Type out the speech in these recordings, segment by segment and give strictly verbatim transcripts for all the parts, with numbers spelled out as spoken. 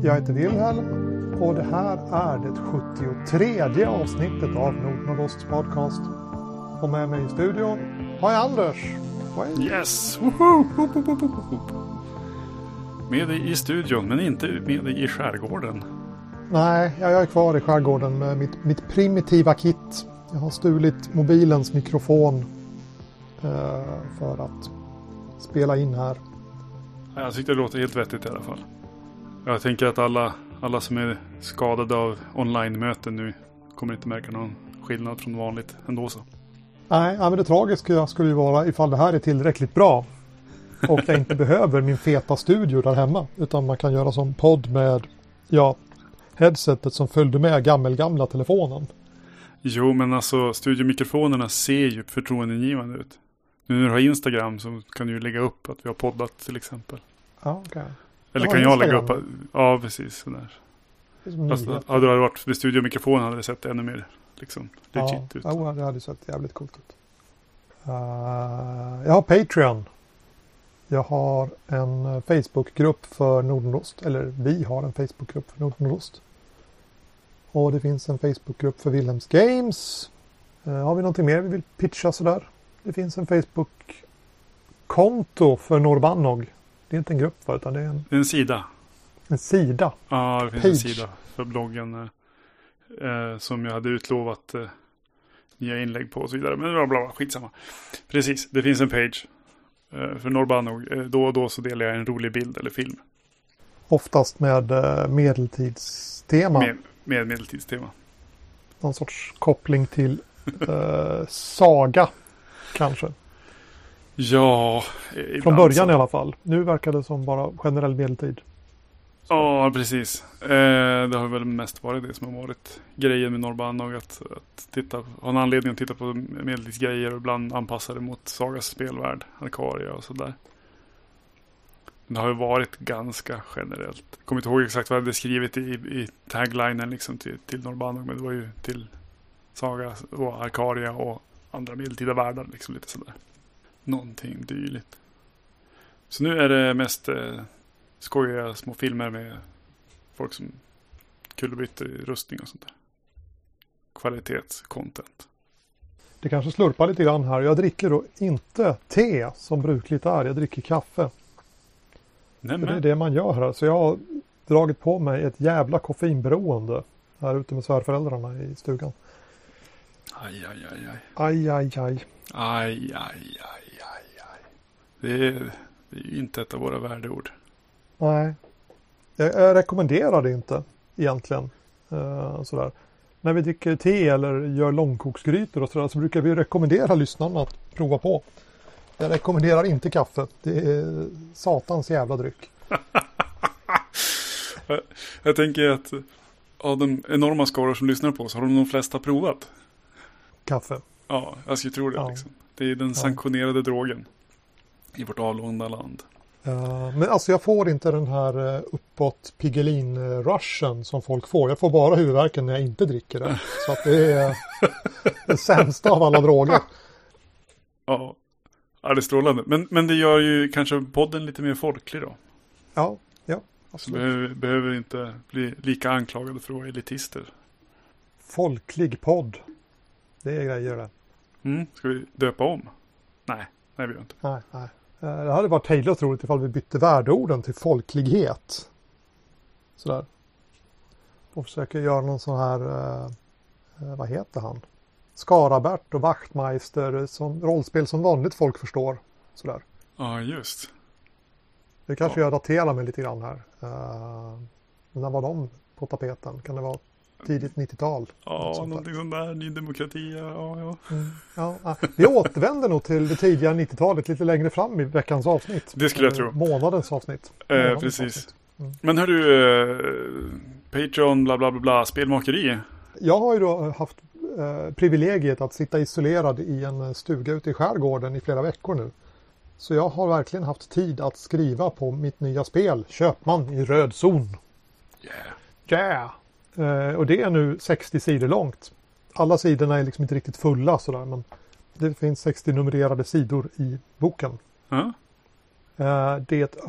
Jag heter Wilhelm och det här är det sjuttiotredje avsnittet av Nordnordosts podcast. Och med mig i studion har jag Anders. Well. Yes! Woho! Woop, woop, woop, woop. Med dig i studion, men inte med dig i skärgården. Nej, jag är kvar i skärgården med mitt, mitt primitiva kit. Jag har stulit mobilens mikrofon eh, för att spela in här. Jag tycker det låter helt vettigt i alla fall. Jag tänker att alla, alla som är skadade av online-möten nu kommer inte märka någon skillnad från vanligt ändå så. Nej, men det tragiska skulle ju vara ifall det här är tillräckligt bra och jag inte behöver min feta studio där hemma, utan man kan göra som podd med ja, headsetet som följde med gammelgamla telefonen. Jo, men alltså studiomikrofonerna ser ju förtroendeingivande ut. Nu när du har Instagram så kan du ju lägga upp att vi har poddat till exempel. Ja, okej. Okay. Eller kan jag lägga upp? Ja, precis. Sådär. Fast hade det varit vid studiomikrofonen hade det sett ännu mer liksom, legit ja, ut. Ja, det hade sett jävligt coolt ut. Uh, jag har Patreon. Jag har en Facebookgrupp för Nordnordost. Eller vi har en Facebookgrupp för Nordnordost. Och det finns en Facebookgrupp för Wilhelms Games. Uh, har vi någonting mer vi vill pitcha sådär? Det finns en Facebook-konto för Norrbannog. Det är inte en grupp för, utan det är en... Det är en sida. En sida? Ja, det finns Page. En sida för bloggen eh, som jag hade utlovat eh, nya inlägg på och så vidare. Men bla bla, skitsamma. Precis, det finns en page eh, för Norrbannog. Eh, då och då så delar jag en rolig bild eller film. Oftast med eh, medeltidstema. Med, med medeltidstema. Någon sorts koppling till eh, saga, kanske. Ja, från början så. I alla fall. Nu verkar det som bara generell medeltid. Så. Ja, precis. Eh, det har väl mest varit det som har varit grejen med Norrbannog. Att, att titta, ha en anledning att titta på medeltidsgrejer och ibland anpassa det mot Sagas spelvärld, Arcaria och sådär. Det har ju varit ganska generellt. Jag kommer inte ihåg exakt vad jag hade skrivit i, i taglinen liksom till, till Norrbannog, men det var ju till Saga och Arcaria och andra medeltida världar liksom lite sådär. Någonting dyligt. Så nu är det mest eh, skojiga små filmer med folk som kullerbytter i rustning och sånt där. Kvalitetscontent. Det kanske slurpar lite grann här. Jag dricker då inte te som brukligt är. Jag dricker kaffe. Nej, det är det man gör här. Så jag har dragit på mig ett jävla koffeinberoende här ute med svärföräldrarna i stugan. Aj, aj, aj, aj. Aj, aj, aj. Aj, aj, aj. Det är, det är ju inte ett av våra värdeord. Nej. Jag, jag rekommenderar det inte egentligen. Uh, sådär. När vi dricker te eller gör långkoksgrytor och sådär så brukar vi rekommendera lyssnarna att prova på. Jag rekommenderar inte kaffe. Det är satans jävla dryck. jag, jag tänker att av de enorma skaror som lyssnar på oss har de de flesta provat. Kaffe? Ja, jag skulle tro det. Ja. Liksom. Det är den sanktionerade ja. drogen. I vårt avlånga land. Uh, men alltså jag får inte den här uh, uppåt Piggelin-rushen som folk får. Jag får bara huvudvärken när jag inte dricker det. Så att det är uh, det sämsta av alla droger. Ja, ja det är strålande. Men, men det gör ju kanske podden lite mer folklig då. Ja, ja. Så behöver, behöver inte bli lika anklagade för att vara elitister. Folklig podd. Det är grejer det. Mm, ska vi döpa om? Nej, nej vi gör inte. Nej, nej. Det hade varit helt roligt ifall vi bytte värdeorden till folklighet. Sådär. Och försöker göra någon sån här, eh, vad heter han? Skarabert och Wachtmeister som rollspel som vanligt folk förstår. Sådär. Ja, just. Det kanske ja. jag daterar mig lite grann här. Uh, när var de på tapeten? Kan det vara tidigt nittiotal? Ja, sånt någonting sånt där. Ny demokrati, ja, ja. Mm, ja, ja. Vi återvänder nog till det tidiga nittiotalet lite längre fram i veckans avsnitt. Det skulle jag tro. Månadens avsnitt. Månadens eh, precis. Avsnitt. Mm. Men hör du, eh, Patreon, bla bla bla, bla, spelmakeri. Jag har ju då haft eh, privilegiet att sitta isolerad i en stuga ute i skärgården i flera veckor nu. Så jag har verkligen haft tid att skriva på mitt nya spel, Köpman i röd zon. Yeah. Yeah. Uh, och det är nu sextio sidor långt. Alla sidorna är liksom inte riktigt fulla sådär, men det finns sextio numrerade sidor i boken. Uh. Uh, det är ett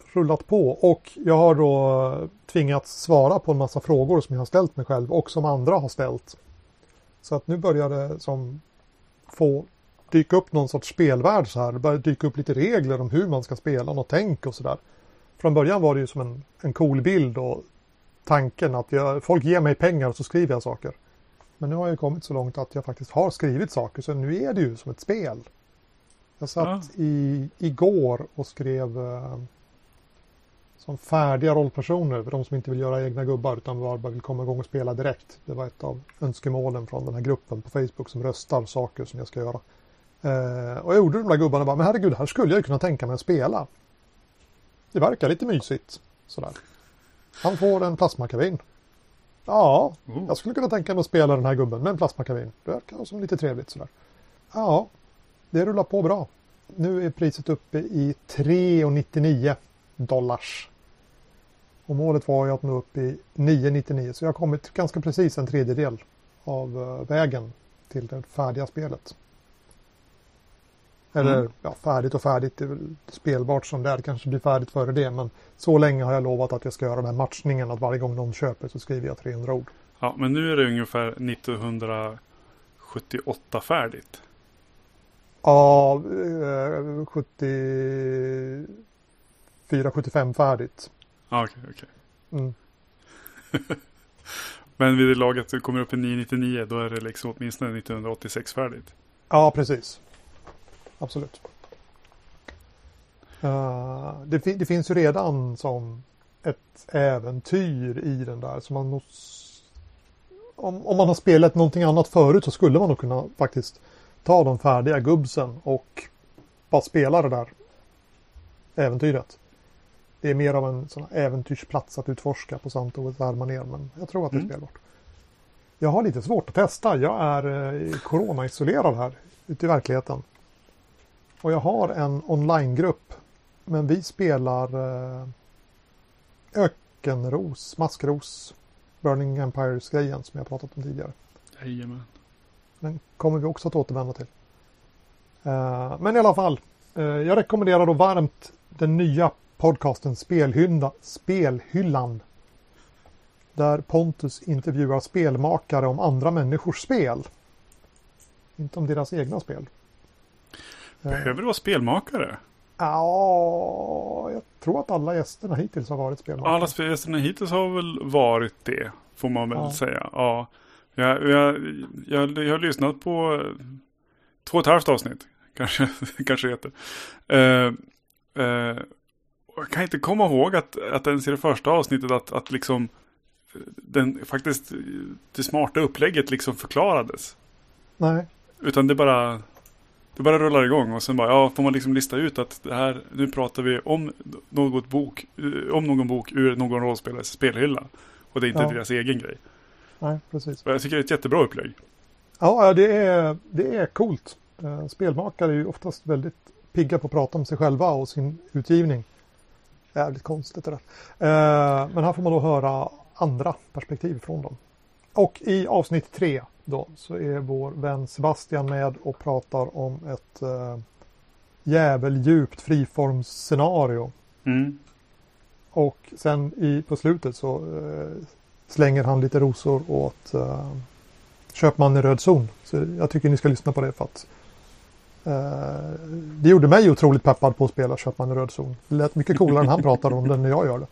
rullat på och jag har då tvingats svara på en massa frågor som jag har ställt mig själv och som andra har ställt. Så att nu börjar det som få dyka upp någon sorts spelvärld så här. Det börjar dyka upp lite regler om hur man ska spela och tänk och sådär. Från början var det ju som en, en cool bild och tanken att jag, folk ger mig pengar och så skriver jag saker. Men nu har jag kommit så långt att jag faktiskt har skrivit saker så nu är det ju som ett spel. Jag satt ja. i, igår och skrev eh, som färdiga rollpersoner för de som inte vill göra egna gubbar utan bara vill komma igång och spela direkt. Det var ett av önskemålen från den här gruppen på Facebook som röstar saker som jag ska göra. Eh, och jag gjorde de där gubbarna och bara, men herregud, här skulle jag kunna tänka mig att spela. Det verkar lite mysigt. Sådär. Han får en plasmakavin. Ja, mm. jag skulle kunna tänka mig att spela den här gubben med en plasmakavin. Det verkar som lite trevligt sådär. Ja, det rullar på bra. Nu är priset uppe i tre komma nittionio dollars. Och målet var ju att nå upp i nio komma nittionio. Så jag har kommit ganska precis en tredjedel av vägen till det färdiga spelet. Eller mm. ja, färdigt och färdigt. Det är väl spelbart som det är. Det kanske blir färdigt före det. Men så länge har jag lovat att jag ska göra den här matchningen. Att varje gång någon köper så skriver jag trehundra ord. Ja, men nu är det ungefär nittonhundrasjuttioåtta färdigt. Ja, eh, sjuttiofyra sjuttiofem färdigt. Ja, okej, okej. Mm. Men vid det laget du kommer upp i nio nittionio då är det liksom åtminstone nittonhundraåttiosex färdigt. Ja, precis. Absolut. Uh, det, det finns ju redan som ett äventyr i den där. Så man måste, om, om man har spelat någonting annat förut så skulle man nog kunna faktiskt ta de färdiga gubbsen och bara spela det där äventyret. Det är mer av en sån äventyrsplats att utforska på samt och manér, men jag tror att det är mm. spelbart. Jag har lite svårt att testa. Jag är eh, corona-isolerad här ute i verkligheten. Och jag har en online-grupp. Men vi spelar eh, Ökenros, Maskros, Burning Empires-grejen som jag pratat om tidigare. Jajamän. Den kommer vi också att återvända till. Uh, men i alla fall, uh, jag rekommenderar då varmt den nya podcasten Spelhynda, Spelhyllan. Där Pontus intervjuar spelmakare om andra människors spel. Inte om deras egna spel. Behöver du vara spelmakare? Ja, jag tror att alla gästerna hittills har varit spelmakare. Alla gästerna hittills har väl varit det, får man väl ja. säga. Ja. Jag, jag, jag, jag har lyssnat på två och ett halvt avsnitt. Kanske, kanske heter. Uh, uh, jag kan inte komma ihåg att, att ens i det första avsnittet att, att liksom den, faktiskt det smarta upplägget liksom förklarades. Nej. Utan det bara det bara rullar igång och sen bara, ja, får man liksom lista ut att det här, nu pratar vi om något bok, om någon bok ur någon rollspelares spelhylla. Och det är inte ja. deras egen grej. Nej, precis. Jag tycker det är ett jättebra upplägg. Ja, det är, det är coolt. Spelmakare är ju oftast väldigt pigga på att prata om sig själva och sin utgivning. Jävligt konstigt det där. Men här får man då höra andra perspektiv från dem. Och i avsnitt tre då så är vår vän Sebastian med och pratar om ett äh, jäveldjupt friformsscenario. Mm. Och sen i, på slutet så äh, slänger han lite rosor åt äh, Köpman i röd zon. Så jag tycker ni ska lyssna på det för att äh, det gjorde mig otroligt peppad på att spela Köpman i röd zon. Det lät mycket coolare än han pratar om den när jag gör det.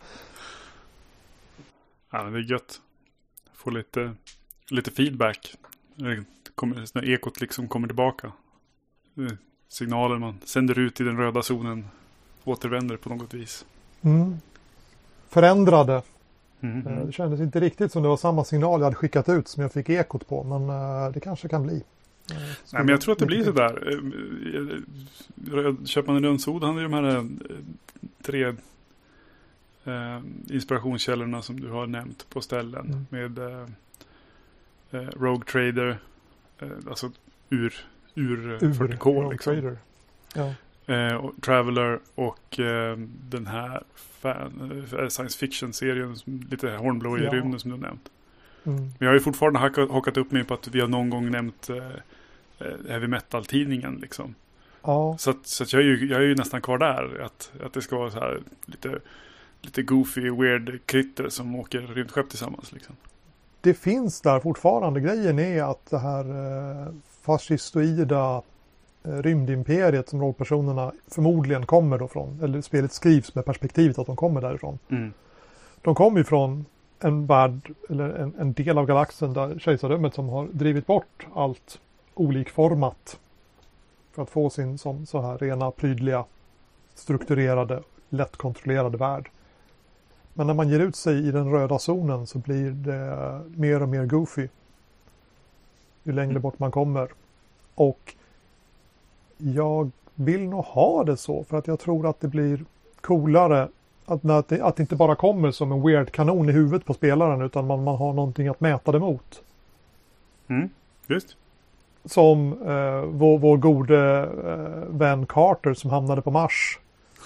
Ja, det är gött. Få lite, lite feedback. När ekot liksom kommer tillbaka. Signaler man sänder ut i den röda zonen återvänder på något vis. Mm. Förändrade. Mm-hmm. Det kändes inte riktigt som det var samma signal jag hade skickat ut som jag fick ekot på. Men det kanske kan bli. Nej, men jag tror att det blir sådär. Köper man en rönnsod hade de här tre eh, inspirationskällorna som du har nämnt på ställen. Mm. Med eh, Rogue Trader, eh, alltså ur, ur, ur fyrtio K liksom. Trader. Ja. Eh, och Traveler och eh, den här fan, eh, science fiction-serien, lite Hornblower ja. i rymden som du nämnt. Mm. Vi har ju fortfarande hackat, hackat upp mig på att vi har någon gång nämnt eh, heavy metal-tidningen liksom. Ja. Så, att, så att jag, är ju, jag är ju nästan kvar där. Att, att det ska vara så här lite, lite goofy, weird krytter som åker rymdskepp tillsammans. Liksom. Det finns där fortfarande. Grejen är att det här eh, fascistoida eh, rymdimperiet som rollpersonerna förmodligen kommer då från, eller spelet skrivs med perspektivet att de kommer därifrån. Mm. De kommer ju från en värld, eller en, en del av galaxen där kejsardömet som har drivit bort allt olikformat för att få sin som så här rena, prydliga, strukturerade, lättkontrollerade värld. Men när man ger ut sig i den röda zonen så blir det mer och mer goofy ju längre bort man kommer. Och jag vill nog ha det så för att jag tror att det blir coolare att, att, det, att det inte bara kommer som en weird kanon i huvudet på spelaren utan man, man har någonting att mäta det mot. Mm, just. Som eh, vår, vår gode eh, vän Carter som hamnade på Mars.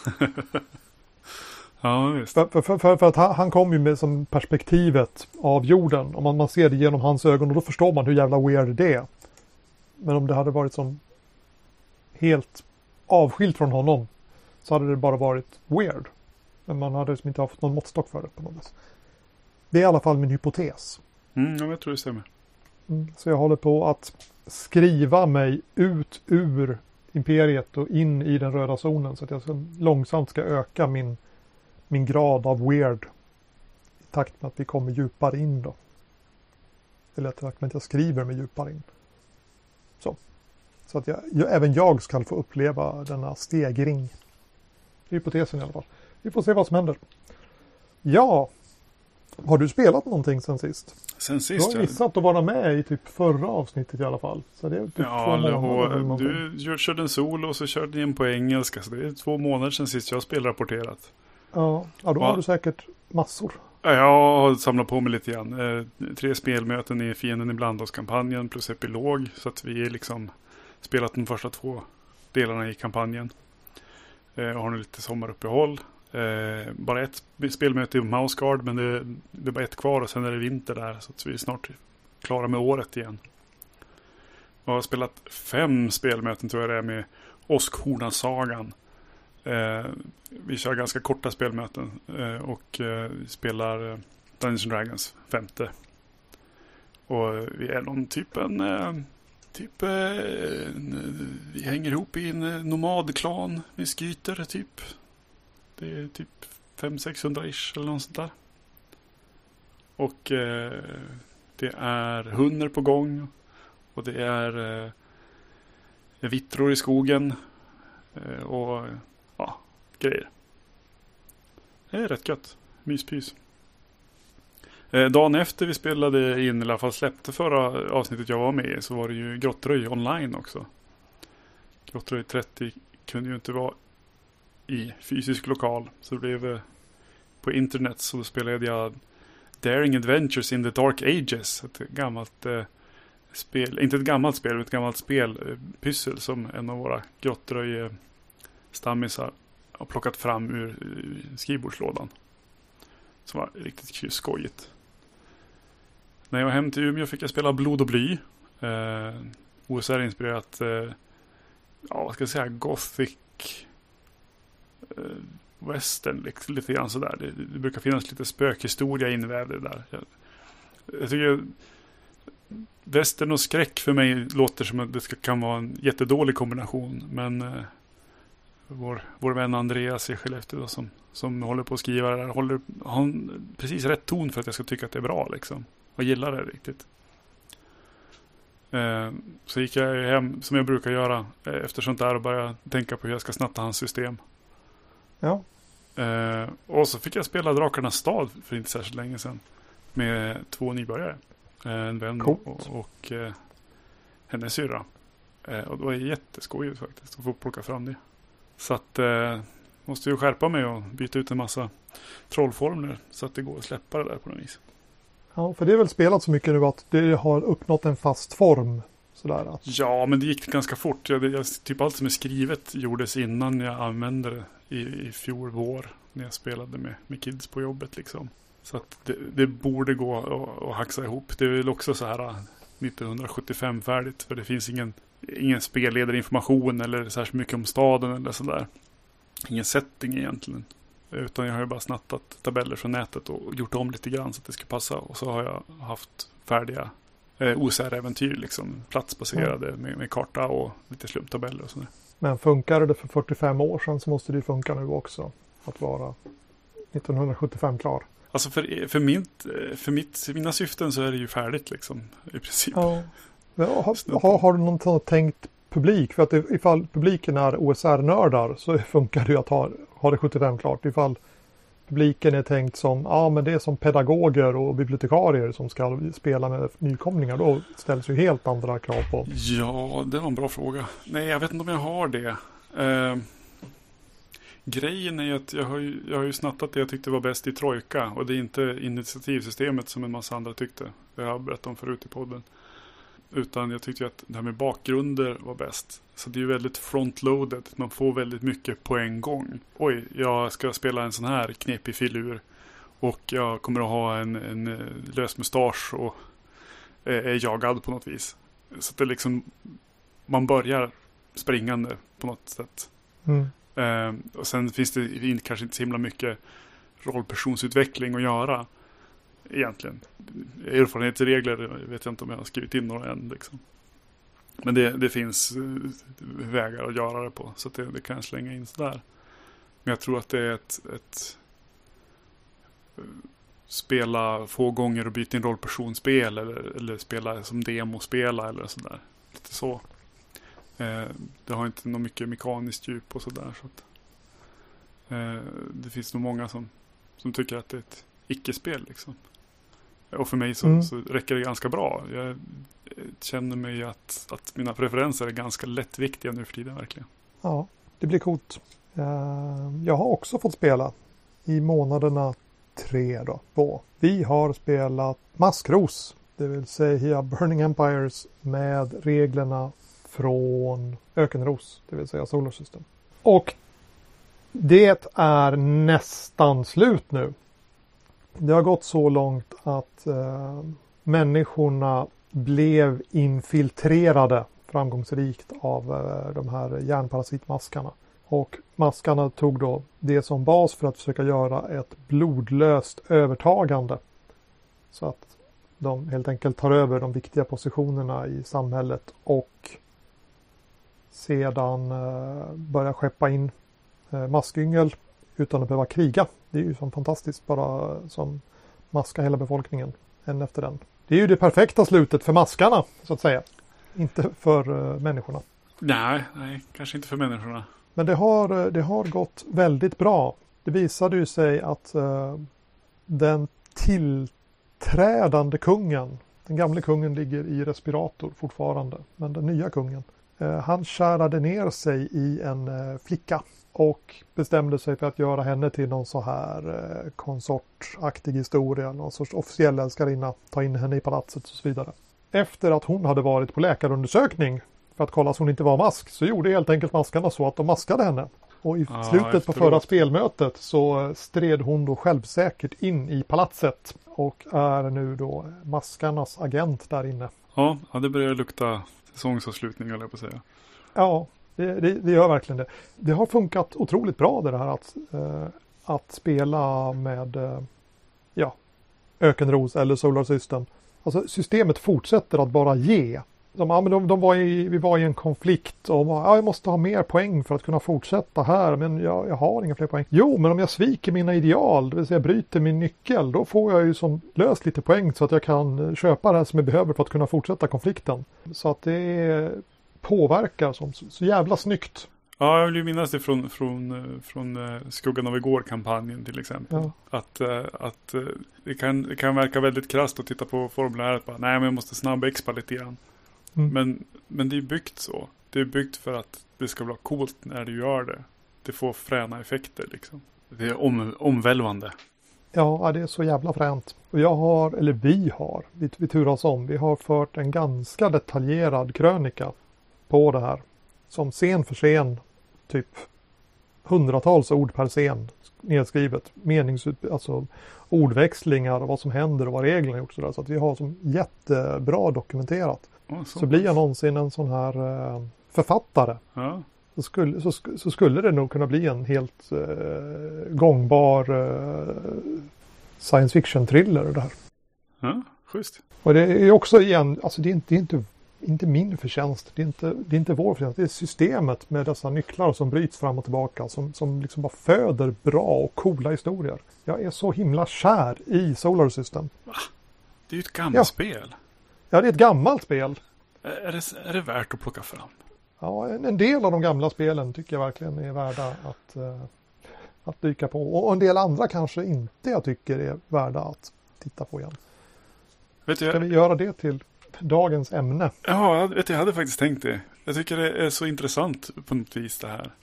Ja, visst. För, för, för, för att han, han kom ju med som perspektivet av jorden. Om man, man ser det genom hans ögon och då förstår man hur jävla weird det är. Men om det hade varit som helt avskilt från honom så hade det bara varit weird. Men man hade liksom inte haft någon måttstock för det på något vis. Det är i alla fall min hypotes. Mm, ja, jag tror det stämmer. Mm, så jag håller på att skriva mig ut ur imperiet och in i den röda zonen så att jag så långsamt ska öka min, min grad av weird i takt med att vi kommer djupare in då. Eller i takt med att jag skriver mig djupare in. Så, så att jag, jag, även jag ska få uppleva denna stegring. Det är hypotesen i alla fall. Vi får se vad som händer. Ja, har du spelat någonting sen sist? Sen sist? Du har missat att vara med i typ förra avsnittet i alla fall. Så det är typ ja, två eller, månader. och, du körde en solo och så körde ni in på engelska. Så det är två månader sen sist jag spelrapporterat. Ja, ja då ja. har du säkert massor. Ja, jag har samlat på mig lite grann. Eh, tre spelmöten i Fienden ibland oss kampanjen plus epilog. Så att vi är liksom spelat de första två delarna i kampanjen. Eh, har nu lite sommaruppehåll. Eh, bara ett spelmöte i Mouseguard, men det, det är bara ett kvar och sen är det vinter där så att vi är snart klara med året igen. Jag har spelat fem spelmöten tror jag det är med Oskhornasagan. Eh, vi kör ganska korta spelmöten eh, och eh, spelar eh, Dungeons and Dragons femte. Och vi är någon typ en eh, typ eh, vi hänger ihop i en nomadklan med skyter typ. Det är typ fem sexhundra ish eller något sånt där. Och eh, det är hundar på gång. Och det är eh, vittror i skogen. Eh, och ja, grejer. Det är rätt gött. Myspys. Eh, dagen efter vi spelade in, i alla fall släppte förra avsnittet jag var med i, så var det ju Grottröj online också. Grottröj trettio kunde ju inte vara i fysisk lokal. Så det blev på internet så spelade jag Daring Adventures in the Dark Ages. Ett gammalt eh, spel. Inte ett gammalt spel, men ett gammalt spel. Eh, pyssel som en av våra Grottröj eh, stammisar har plockat fram ur eh, skrivbordslådan. Som var riktigt skojigt. När jag var hem till Umeå fick jag spela Blod och bly. Eh, O S R-inspirerat eh, ja, vad ska jag säga, gothic western lite, lite grann sådär. Det, det brukar finnas lite spökhistoria invävd i det där. Jag, jag tycker western och skräck för mig låter som att det ska, kan vara en jättedålig kombination. Men eh, vår, vår vän Andreas i Skellefteå då, som, som håller på att skriva det där håller, har precis rätt ton för att jag ska tycka att det är bra liksom. Jag gillar det riktigt. Eh, så gick jag hem som jag brukar göra eh, efter sånt där och började tänka på hur jag ska snatta hans system. Ja. Eh, och så fick jag spela Drakarnas stad för inte särskilt länge sedan. Med två nybörjare. Eh, en vän och, och, och eh, hennes syrra. Eh, och det var jätteskojigt faktiskt att få plocka fram det. Så att eh, måste ju skärpa mig och byta ut en massa trollformler så att det går att släppa det där på något vis. Ja, för det är väl spelat så mycket nu att det har uppnått en fast form. Sådär att... Ja, men det gick ganska fort. Jag, jag, typ allt som är skrivet gjordes innan jag använde det i, i fjol vår. När jag spelade med, med kids på jobbet liksom. Så att det, det borde gå att haxa ihop. Det är väl också så här nittonhundrasjuttiofem färdigt. För det finns ingen ingen spelledarinformation eller särskilt mycket om staden eller sådär. Ingen setting egentligen. Utan jag har ju bara snattat tabeller från nätet och gjort om lite grann så att det ska passa. Och så har jag haft färdiga eh, O C R-äventyr, liksom platsbaserade mm. med, med karta och lite slumptabeller och sådär. Men funkar det för fyrtiofem år sedan så måste det ju funka nu också. Att vara nittonhundrasjuttiofem klar. Alltså för, för, mitt, för mitt, mina syften så är det ju färdigt liksom i princip. Ja. Har, har, har du någon tänkt publik? För att ifall publiken är O S R-nördar så funkar det ju att ha, ha det sjuttiofem klart. Ifall publiken är tänkt som, ja men det är som pedagoger och bibliotekarier som ska spela med nykomlingar, då ställs ju helt andra krav på. Ja, det var en bra fråga. Nej, jag vet inte om jag har det. Eh, grejen är att jag har, ju, jag har ju snattat det jag tyckte var bäst i Trojka, och det är inte initiativsystemet som en massa andra tyckte. Det har jag berättat om förut i podden. Utan jag tyckte att det här med bakgrunder var bäst. Så det är ju väldigt frontloaded. Man får väldigt mycket på en gång. Oj, jag ska spela en sån här knepig filur. Och jag kommer att ha en, en lös mustasch och är jagad på något vis. Så att det liksom, man börjar springande på något sätt. Mm. Eh, och sen finns det kanske inte så himla mycket rollpersonsutveckling att göra. Egentligen. Erfarenhetsregler vet jag inte om jag har skrivit in några än. Liksom. Men det, det finns vägar att göra det på. Så att det, det kan jag slänga in sådär. Men jag tror att det är ett, ett spela få gånger och byta in rollpersonspel. Eller, eller spela som demospela eller sådär. Lite så. Eh, det har inte något mycket mekaniskt djup och sådär. Så att, eh, det finns nog många som, som tycker att det är ett icke-spel liksom. Och för mig så, mm. så räcker det ganska bra. Jag känner mig att, att mina preferenser är ganska lättviktiga nu för tiden verkligen. Ja, det blir coolt. Jag har också fått spela i månaderna tre då. Två. Vi har spelat Maskros, det vill säga Burning Empires med reglerna från Ökenros, det vill säga Solar System. Och det är nästan slut nu. Det har gått så långt att eh, människorna blev infiltrerade framgångsrikt av eh, de här järnparasitmaskarna. Och maskarna tog då det som bas för att försöka göra ett blodlöst övertagande. Så att de helt enkelt tar över de viktiga positionerna i samhället och sedan eh, börjar skeppa in eh, maskyngel utan att behöva kriga. Det är ju så fantastiskt, bara som maska hela befolkningen en efter den. Det är ju det perfekta slutet för maskarna så att säga. Inte för uh, människorna. Nej, nej, kanske inte för människorna. Men det har, det har gått väldigt bra. Det visade ju sig att uh, den tillträdande kungen, den gamla kungen ligger i respirator fortfarande, men den nya kungen, uh, han kärade ner sig i en uh, flicka. Och bestämde sig för att göra henne till någon så här eh, konsortaktig historia. Någon sorts officiell älskarinna. Ta in henne i palatset och så vidare. Efter att hon hade varit på läkarundersökning för att kolla så hon inte var mask. Så gjorde helt enkelt maskarna så att de maskade henne. Och i ah, slutet på förra spelmötet så stred hon då självsäkert in i palatset. Och är nu då maskarnas agent där inne. Ja, ja det börjar lukta säsongsavslutning eller jag på att säga. Ja. Det, det, det gör verkligen det. Det har funkat otroligt bra det här att, eh, att spela med eh, ja, Ökenros eller Solar System. Alltså systemet fortsätter att bara ge. Som, ja, men de, de var i, vi var i en konflikt och ja, jag måste ha mer poäng för att kunna fortsätta här, men jag, jag har inga fler poäng. Jo, men om jag sviker mina ideal, det vill säga bryter min nyckel, då får jag ju som löst lite poäng så att jag kan köpa det här som jag behöver för att kunna fortsätta konflikten. Så att det är påverkar som så, så jävla snyggt. Ja, jag vill ju minnas det från, från, från uh, Skuggan av igår-kampanjen till exempel. Ja. Att, uh, att uh, det, kan, det kan verka väldigt krasst att titta på formuläret. Bara, nej, men jag måste snabba expa lite grann. Mm. Men, men det är byggt så. Det är byggt för att det ska vara coolt när du gör det. Det får fräna effekter liksom. Det är om, omvälvande. Ja, det är så jävla fränt. Och jag har, eller vi har, vi, vi turas om. Vi har fört en ganska detaljerad krönika på det här. Som scen för scen, typ hundratals ord per scen nedskrivet. Menings, alltså ordväxlingar och vad som händer och vad reglerna gjort. Så, så att vi har som jättebra dokumenterat. Oh, så så blir jag någonsin en sån här uh, författare. Ja. Så skulle, så, så skulle det nog kunna bli en helt uh, gångbar uh, science fiction thriller det här. Ja, schysst. Och det är också igen, alltså det är inte, det är inte, inte min förtjänst, det är inte, det är inte vår förtjänst, det är systemet med dessa nycklar som bryts fram och tillbaka som, som liksom bara föder bra och coola historier. Jag är så himla kär i Solar System. Va? Det är ju ett gammalt ja. spel. Ja, det är ett gammalt spel. Är det, är det värt att plocka fram? Ja, en, en del av de gamla spelen tycker jag verkligen är värda att, uh, att dyka på. Och en del andra kanske inte jag tycker är värda att titta på igen. Vet du, Ska vi göra det till dagens ämne? Ja, vet du, jag hade faktiskt tänkt det. Jag tycker det är så intressant på något vis det här.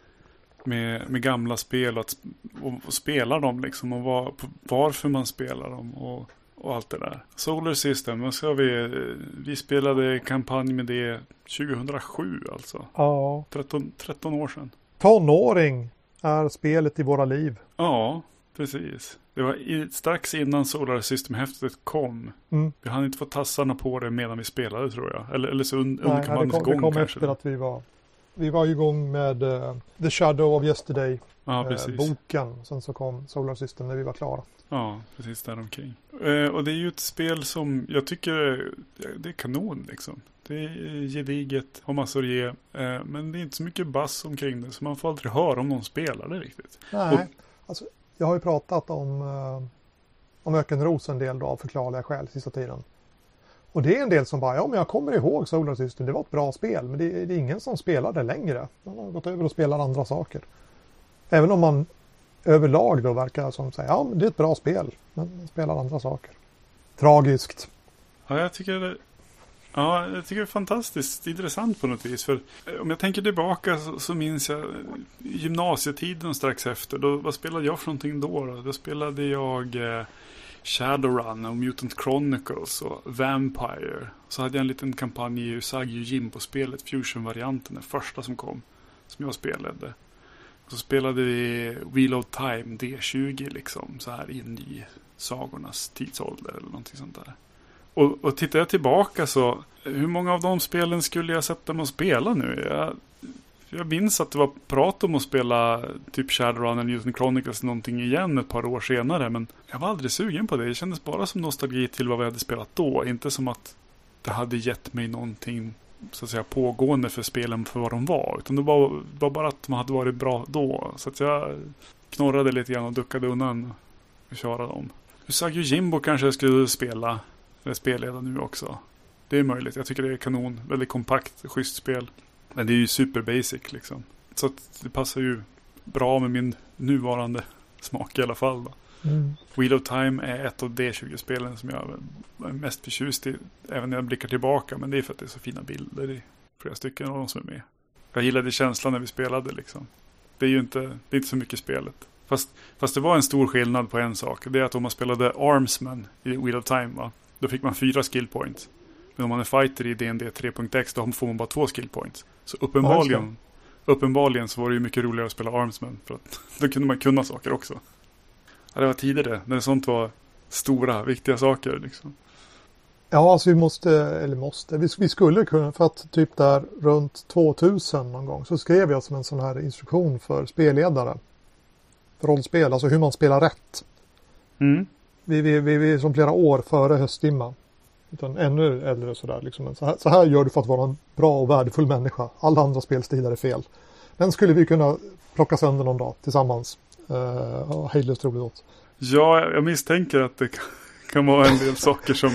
Med, med gamla spel och, att, och, och spela dem liksom. Och var, varför man spelar dem och, och allt det där. Solar System, vad ska vi, vi spelade kampanj med det tjugohundrasju alltså. Ja. tretton, tretton år sedan. Tonåring är spelet i våra liv. Ja, precis. Det var i, strax innan Solar System-häftet kom. Mm. Vi hann inte få tassarna på det medan vi spelade tror jag. Eller, eller så un, Nej, under det kampanjens kom, gång det kom kanske. efter att vi var vi var igång med uh, The Shadow of Yesterday Ja, uh, precis. boken. Sen så kom Solar System när vi var klara. Ja, precis där omkring. Eh, och det är ju ett spel som jag tycker det är kanon liksom. Det är gediget, har massor att ge. Eh, men det är inte så mycket bass omkring det. Så man får aldrig höra om någon spelar det riktigt. Nej, och, alltså jag har ju pratat om uh, om Ökenros en del då, av förklarliga skäl sista tiden. Och det är en del som bara, ja men jag kommer ihåg Solar System, det var ett bra spel. Men det, det är ingen som spelar det längre. Man har gått över och spelar andra saker. Även om man överlag då verkar som säga, ja men det är ett bra spel. Men man spelar andra saker. Tragiskt. ja, jag tycker det, ja, jag tycker det är fantastiskt intressant på något vis. För om jag tänker tillbaka så, så minns jag gymnasietiden strax efter. Då, vad spelade jag för någonting då? Då, då spelade jag eh, Shadowrun och Mutant Chronicles och Vampire. Så hade jag en liten kampanj i Usagi Yojimbo-spelet, Fusion-varianten, den första som kom, som jag spelade. Och så spelade vi Wheel of Time D tjugo liksom, så här in i sagornas tidsålder eller någonting sånt där. Och, och tittar jag tillbaka så, hur många av de spelen skulle jag sätta mig och spela nu? Jag, jag minns att det var prat om att spela typ Shadowrun eller Mutant Chronicles någonting igen ett par år senare, men jag var aldrig sugen på det. Det kändes bara som nostalgi till vad vi hade spelat då, inte som att det hade gett mig någonting så att säga pågående för spelen för vad de var, utan det var, var bara att de hade varit bra då, så att jag knorrade lite grann och duckade undan och köra dem. Usagi Yojimbo kanske jag skulle spela eller spelleda nu också. Det är möjligt, jag tycker det är kanon, väldigt kompakt, schysst spel, men det är ju super basic liksom, så att det passar ju bra med min nuvarande smak i alla fall då. Mm. Wheel of Time är ett av D tjugo-spelen som jag är mest förtjust i, även när jag blickar tillbaka, men det är för att det är så fina bilder i flera stycken av de som är med. Jag gillade känslan när vi spelade liksom. Det är ju inte, det är inte så mycket spelet. Fast, fast det var en stor skillnad på en sak. Det är att om man spelade Armsman i Wheel of Time, va, då fick man fyra skill points. Men om man är fighter i D and D tre punkt x, då får man bara två skill points. Så uppenbarligen, uppenbarligen så var det ju mycket roligare att spela Armsman, för att då kunde man kunna saker också. Ja, det var tidigare, när sånt var stora, viktiga saker liksom. Ja, alltså vi måste, eller måste, vi, vi skulle kunna, för att typ där runt tvåtusen någon gång så skrev jag som en sån här instruktion för spelledare. För rollspel, alltså hur man spelar rätt. Mm. Vi, vi, vi, vi är som flera år före hösttimma. Utan ännu äldre sådär liksom. Så här, så här gör du för att vara en bra och värdefull människa. Alla andra spelstilar är fel. Den skulle vi kunna plocka sönder någon dag tillsammans. Uh, och hejdlöst roligt åt. Ja, jag misstänker att det kan vara en del saker som,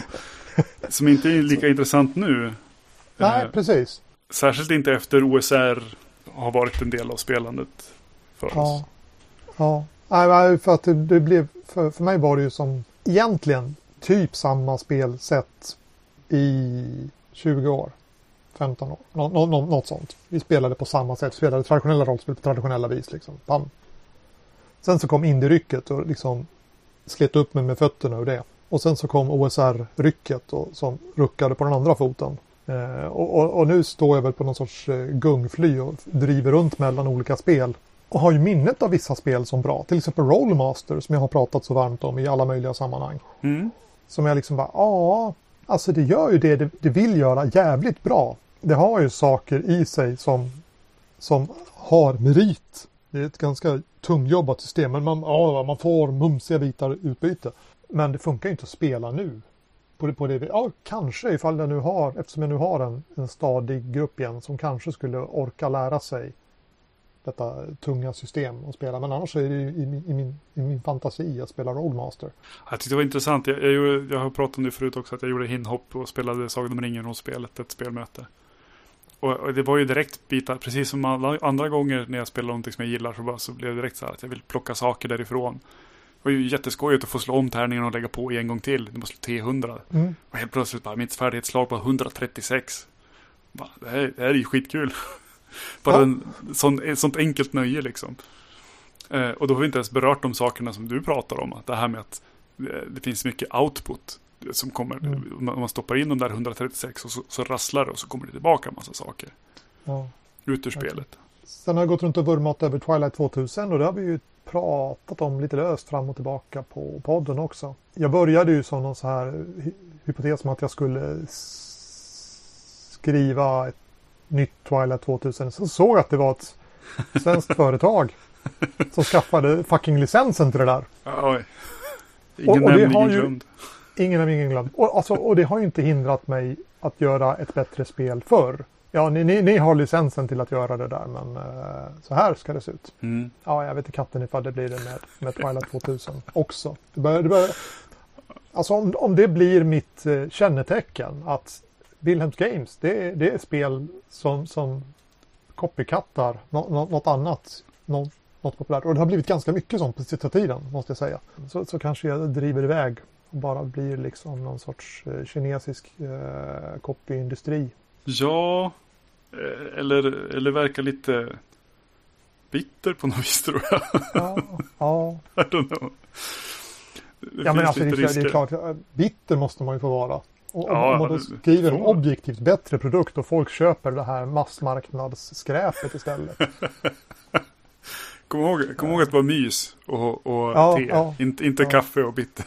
som inte är lika intressant nu. Nej, eh, precis. Särskilt inte efter O S R har varit en del av spelandet för ja. oss. Ja, nej, för att det, det blev, för, för mig var det ju som egentligen typ samma spelsätt i tjugo år. femton år. Nå, nå, nå, något sånt. Vi spelade på samma sätt. Spelade traditionella rollspel på traditionella vis. Liksom. Bam. Sen så kom indie-rycket och liksom slet upp mig med fötterna ur det. Och sen så kom O S R-rycket och, som ruckade på den andra foten. Eh, och, och, och nu står jag väl på någon sorts eh, gungfly och driver runt mellan olika spel. Och har ju minnet av vissa spel som bra. Till exempel Rollmaster som jag har pratat så varmt om i alla möjliga sammanhang. Mm. Som jag liksom bara, ja, alltså det gör ju det, det det vill göra jävligt bra. Det har ju saker i sig som, som har merit. Det är ett ganska tungjobbat system, men man, ja, man får mumsiga bitar utbyte. Men det funkar ju inte att spela nu. På det, på det, ja, kanske ifall jag nu har, eftersom jag nu har en, en stadig grupp igen som kanske skulle orka lära sig detta tunga system att spela. Men annars är det ju i, min, i, min, i min fantasi att spela Rollmaster. Jag tyckte det var intressant. Jag, jag, jag har pratat om det förut också, att jag gjorde hinhopp och spelade Sagan om ringen och spelet, ett spelmöte. Och, och det var ju direkt bitar, precis som alla andra gånger när jag spelar någonting som jag gillar, så, bara, så blev det direkt så här att jag vill plocka saker därifrån. Det var ju jätteskojigt att få slå om tärningen och lägga på en gång till. Det måste slå T hundra. Mm. Och helt plötsligt bara mitt färdighetslag var hundratrettiosex. Bara, det, här, det här är ju skitkul. Bara ja. en, sån, ett sånt enkelt nöje liksom. Eh, och då har vi inte ens berört de sakerna som du pratar om. Att det här med att det, det finns mycket output som kommer. Mm. Man, man stoppar in de där hundratrettiosex och så, så rasslar det och så kommer det tillbaka en massa saker. Ja. Ut ur spelet. Sen har jag gått runt och vurmat över Twilight tvåtusen och det har vi ju pratat om lite löst fram och tillbaka på podden också. Jag började ju som någon så här hy- hypotes om att jag skulle s- skriva ett nytt Twilight tvåtusen. Så såg jag att det var ett svenskt företag som skaffade fucking licensen till det där. Oj. Ingen och, och nämn, ingen ju, glömd. Ingen ingen glömd. Och, alltså, och det har ju inte hindrat mig att göra ett bättre spel förr. Ja, ni, ni, ni har licensen till att göra det där, men uh, så här ska det se ut. Mm. Ja, jag vet inte katten ifall det blir det med, med Twilight tvåtusen också. Det bör, det bör, alltså om, om det blir mitt uh, kännetecken att Wilhelms Games, det, det är spel som, som copycattar no, no, något annat, no, något populärt. Och det har blivit ganska mycket sånt på sista tiden, måste jag säga. Så, så kanske jag driver iväg och bara blir liksom någon sorts uh, kinesisk uh, copyindustri. Ja, eller, eller verkar lite bitter på något vis, tror jag. Ja, ja. I don't know. Det ja, men alltså det, det är klart, bitter måste man ju få vara. Och ja, om man då skriver en objektivt bättre produkt och folk köper det här massmarknadsskräpet istället. Kom ihåg, kom ihåg att det var mys och, och ja, te, ja, inte, inte ja. kaffe och bitter.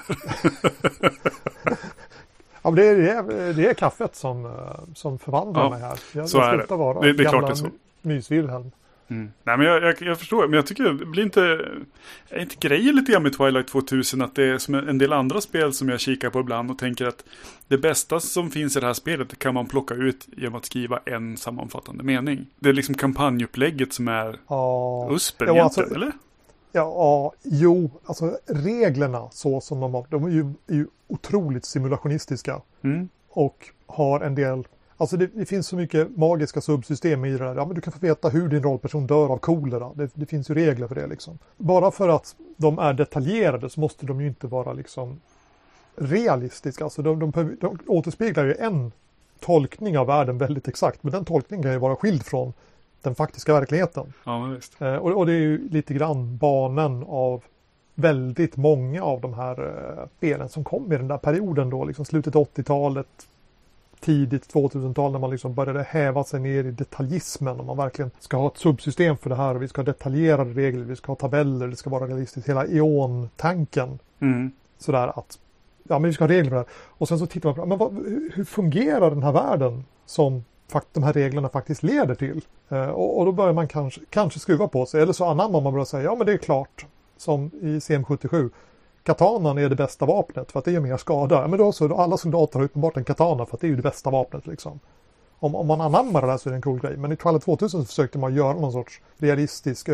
Ja, det är, det, är, det är kaffet som, som förvandlar ja, mig här. Jag, så jag är det. Vara Det, det är gamla klart det är så. Mys-Wilhelm. Mm. Nej, men jag, jag, jag förstår, men jag tycker det blir inte, är inte grejen lite grann med Twilight tvåtusen att det är som en del andra spel som jag kikar på ibland och tänker att det bästa som finns i det här spelet kan man plocka ut genom att skriva en sammanfattande mening. Det är liksom kampanjupplägget som är ja. uspen ja, egentligen, alltså, eller? Ja, jo, alltså reglerna så som de har, de är ju, är ju otroligt simulationistiska Mm. och har en del, alltså det, det finns så mycket magiska subsystem i det där. Ja, men du kan få veta hur din rollperson dör av kolera. Det, det finns ju regler för det liksom. Bara för att de är detaljerade så måste de ju inte vara liksom realistiska. Alltså de, de, de återspeglar ju en tolkning av världen väldigt exakt, men den tolkningen kan ju vara skild från den faktiska verkligheten. Ja, visst. Eh, och, och det är ju lite grann banen av väldigt många av de här eh, spelen som kom i den där perioden då, liksom slutet åttiotalet, tidigt tvåtusental, när man liksom började häva sig ner i detaljismen och man verkligen ska ha ett subsystem för det här och vi ska ha detaljerade regler, vi ska ha tabeller, det ska vara realistiskt, hela eon-tanken. Mm. Sådär att, ja men vi ska ha regler för det här. Och sen så tittar man på, men vad, hur fungerar den här världen som de här reglerna faktiskt leder till. Eh, och, och då börjar man kanske, kanske skruva på sig. Eller så anammar man bara och säger, ja men det är klart. Som i C M sjuttiosju. Katanan är det bästa vapnet för att det gör mer skada. Ja, men då så, då alla soldater har uppenbart en katana för att det är ju det bästa vapnet liksom. Om, om man anammar det där så är det en cool grej. Men i Twilight tvåtusen så försökte man göra någon sorts realistisk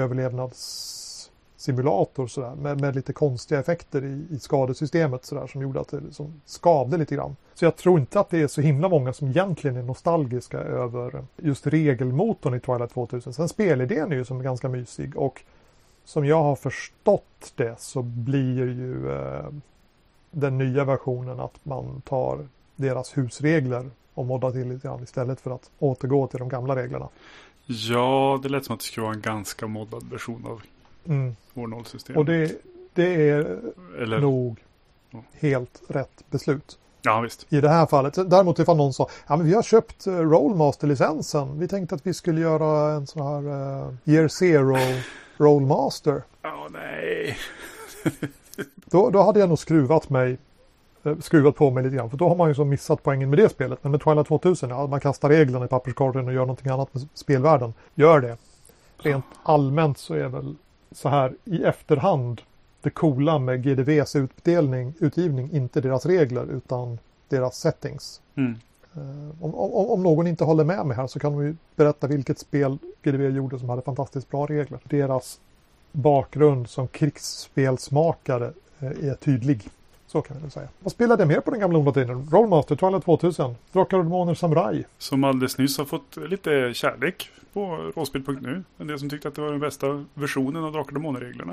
överlevnadssimulator sådär. Med, med lite konstiga effekter i, i skadesystemet sådär, som gjorde att det liksom skavde lite grann. Så jag tror inte att det är så himla många som egentligen är nostalgiska över just regelmotorn i Twilight tvåtusen. Sen spelidén är ju som är ganska mysig och som jag har förstått det så blir ju eh, den nya versionen att man tar deras husregler och moddar till lite grann istället för att återgå till de gamla reglerna. Ja, det lät som att det skulle vara en ganska moddad version av mm. år noll-systemet. Och det, det är Eller... nog ja. helt rätt beslut. Ja, visst. I det här fallet. Däremot ifall någon sa, ja men vi har köpt uh, Rollmaster-licensen. Vi tänkte att vi skulle göra en sån här uh, Year Zero Rollmaster. Ja, oh, nej. då, då hade jag nog skruvat mig skruvat på mig lite grann. För då har man ju så missat poängen med det spelet. Men med Twilight tvåtusen, ja, man kastar reglerna i papperskorgen och gör någonting annat med spelvärlden. Gör det. Rent allmänt så är väl så här i efterhand det coola med G D V:s utdelning, utgivning, inte deras regler utan deras settings. Mm. Uh, om, om, om någon inte håller med mig här så kan de ju berätta vilket spel G D V gjorde som hade fantastiskt bra regler. Deras bakgrund som krigsspelsmakare uh, är tydlig. Så kan vi väl säga. Vad spelade jag mer på den gamla ondlatinen? Rollmaster, Twilight tvåtusen, Drakar och Demoner, Samurai. Som alldeles nyss har fått lite kärlek på rollspel punkt nu. En del som tyckte att det var den bästa versionen av Drakar och Demoner-reglerna.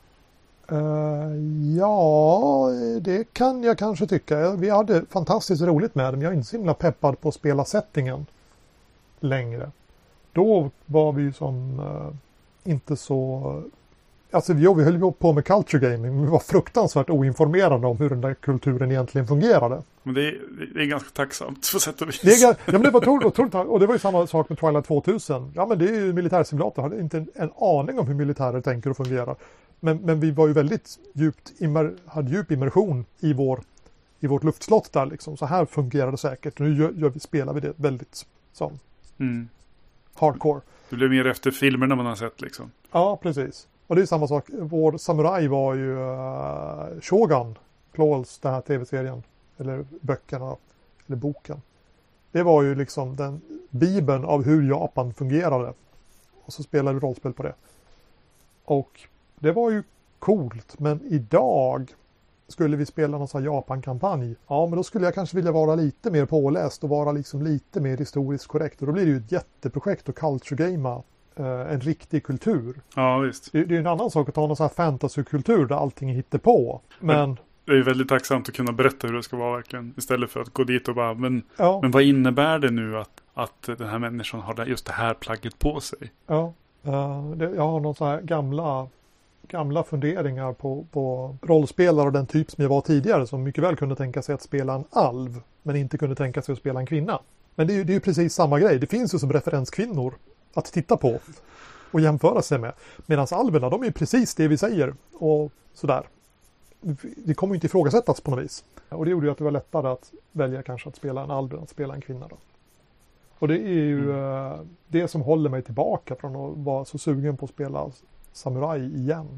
Uh, ja, det kan jag kanske tycka. Vi hade fantastiskt roligt med dem. Jag är inte så himla peppad på att spela settingen längre. Då var vi som uh, inte så... Alltså jo, vi höll på med culture gaming, men vi var fruktansvärt oinformerade om hur den där kulturen egentligen fungerade. Men det är, det är ganska tacksamt på sätt och vis. Det är, ja, men det var otroligt, otroligt, och det var ju samma sak med Twilight tvåtusen. Ja, men det är ju militärsimulator. Jag hade inte en, en aning om hur militärer tänker och fungerar. Men, men vi var ju väldigt djupt immer, hade djup immersion i, vår, i vårt luftslott där liksom. Så här fungerar det säkert. Nu gör, gör vi, spelar vi det väldigt som mm. hardcore. Det blev mer efter filmerna man har sett liksom. Ja, precis. Och det är samma sak. Vår Samurai var ju uh, Shogun. Claws, den här tv-serien. Eller böckerna. Eller boken. Det var ju liksom den bibeln av hur Japan fungerade. Och så spelade vi rollspel på det. Och det var ju coolt. Men idag skulle vi spela någon sån här Japan-kampanj. Ja, men då skulle jag kanske vilja vara lite mer påläst. Och vara liksom lite mer historiskt korrekt. Och då blir det ju ett jätteprojekt att culture-gamea en riktig kultur. Ja, visst. Det, det är ju en annan sak att ha någon sån här fantasykultur där allting hittar på. Men... men det är ju väldigt tacksamt att kunna berätta hur det ska vara verkligen. Istället för att gå dit och bara, men, ja. men vad innebär det nu att, att den här människan har just det här plagget på sig? Ja, uh, det, jag har någon sån här gamla, gamla funderingar på, på rollspelare och den typ som jag var tidigare. Som mycket väl kunde tänka sig att spela en alv. Men inte kunde tänka sig att spela en kvinna. Men det är ju, det är ju precis samma grej. Det finns ju som referenskvinnor att titta på och jämföra sig med. Medan alverna, de är ju precis det vi säger. Och sådär. Det kommer ju inte ifrågasättas på något vis. Och det gjorde ju att det var lättare att välja kanske att spela en alv än att spela en kvinna då. Och det är ju mm. det som håller mig tillbaka från att vara så sugen på att spela Samurai igen.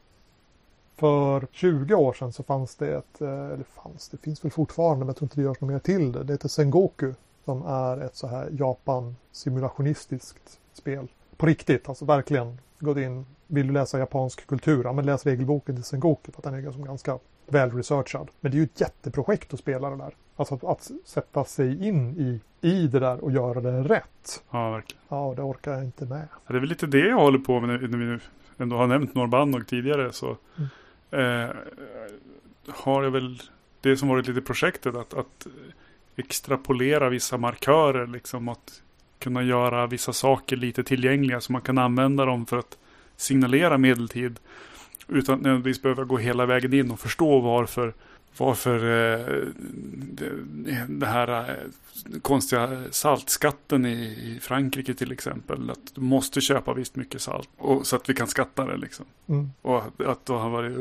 För tjugo år sedan så fanns det ett, eller fanns, det finns väl fortfarande, men jag tror inte det görs något mer till det. Det heter Sengoku. Som är ett så här Japan-simulationistiskt spel. På riktigt, alltså verkligen. Gå in, vill du läsa japansk kultur? Ja, men läs regelboken till Sengoku. För att den är liksom ganska väl researchad. Men det är ju ett jätteprojekt att spela det där. Alltså att, att sätta sig in i, i det där och göra det rätt. Ja, verkligen. Ja, det orkar jag inte med. Ja, det är väl lite det jag håller på med när vi nu ändå har nämnt Norrbannog tidigare. Så mm. eh, har jag väl det som varit lite projektet att... att extrapolera vissa markörer liksom, att kunna göra vissa saker lite tillgängliga så man kan använda dem för att signalera medeltid utan att nödvändigtvis behöva gå hela vägen in och förstå varför varför eh, det, det här eh, konstiga saltskatten i, i Frankrike till exempel, att du måste köpa visst mycket salt och, så att vi kan skatta det liksom. Mm. Och att det har varit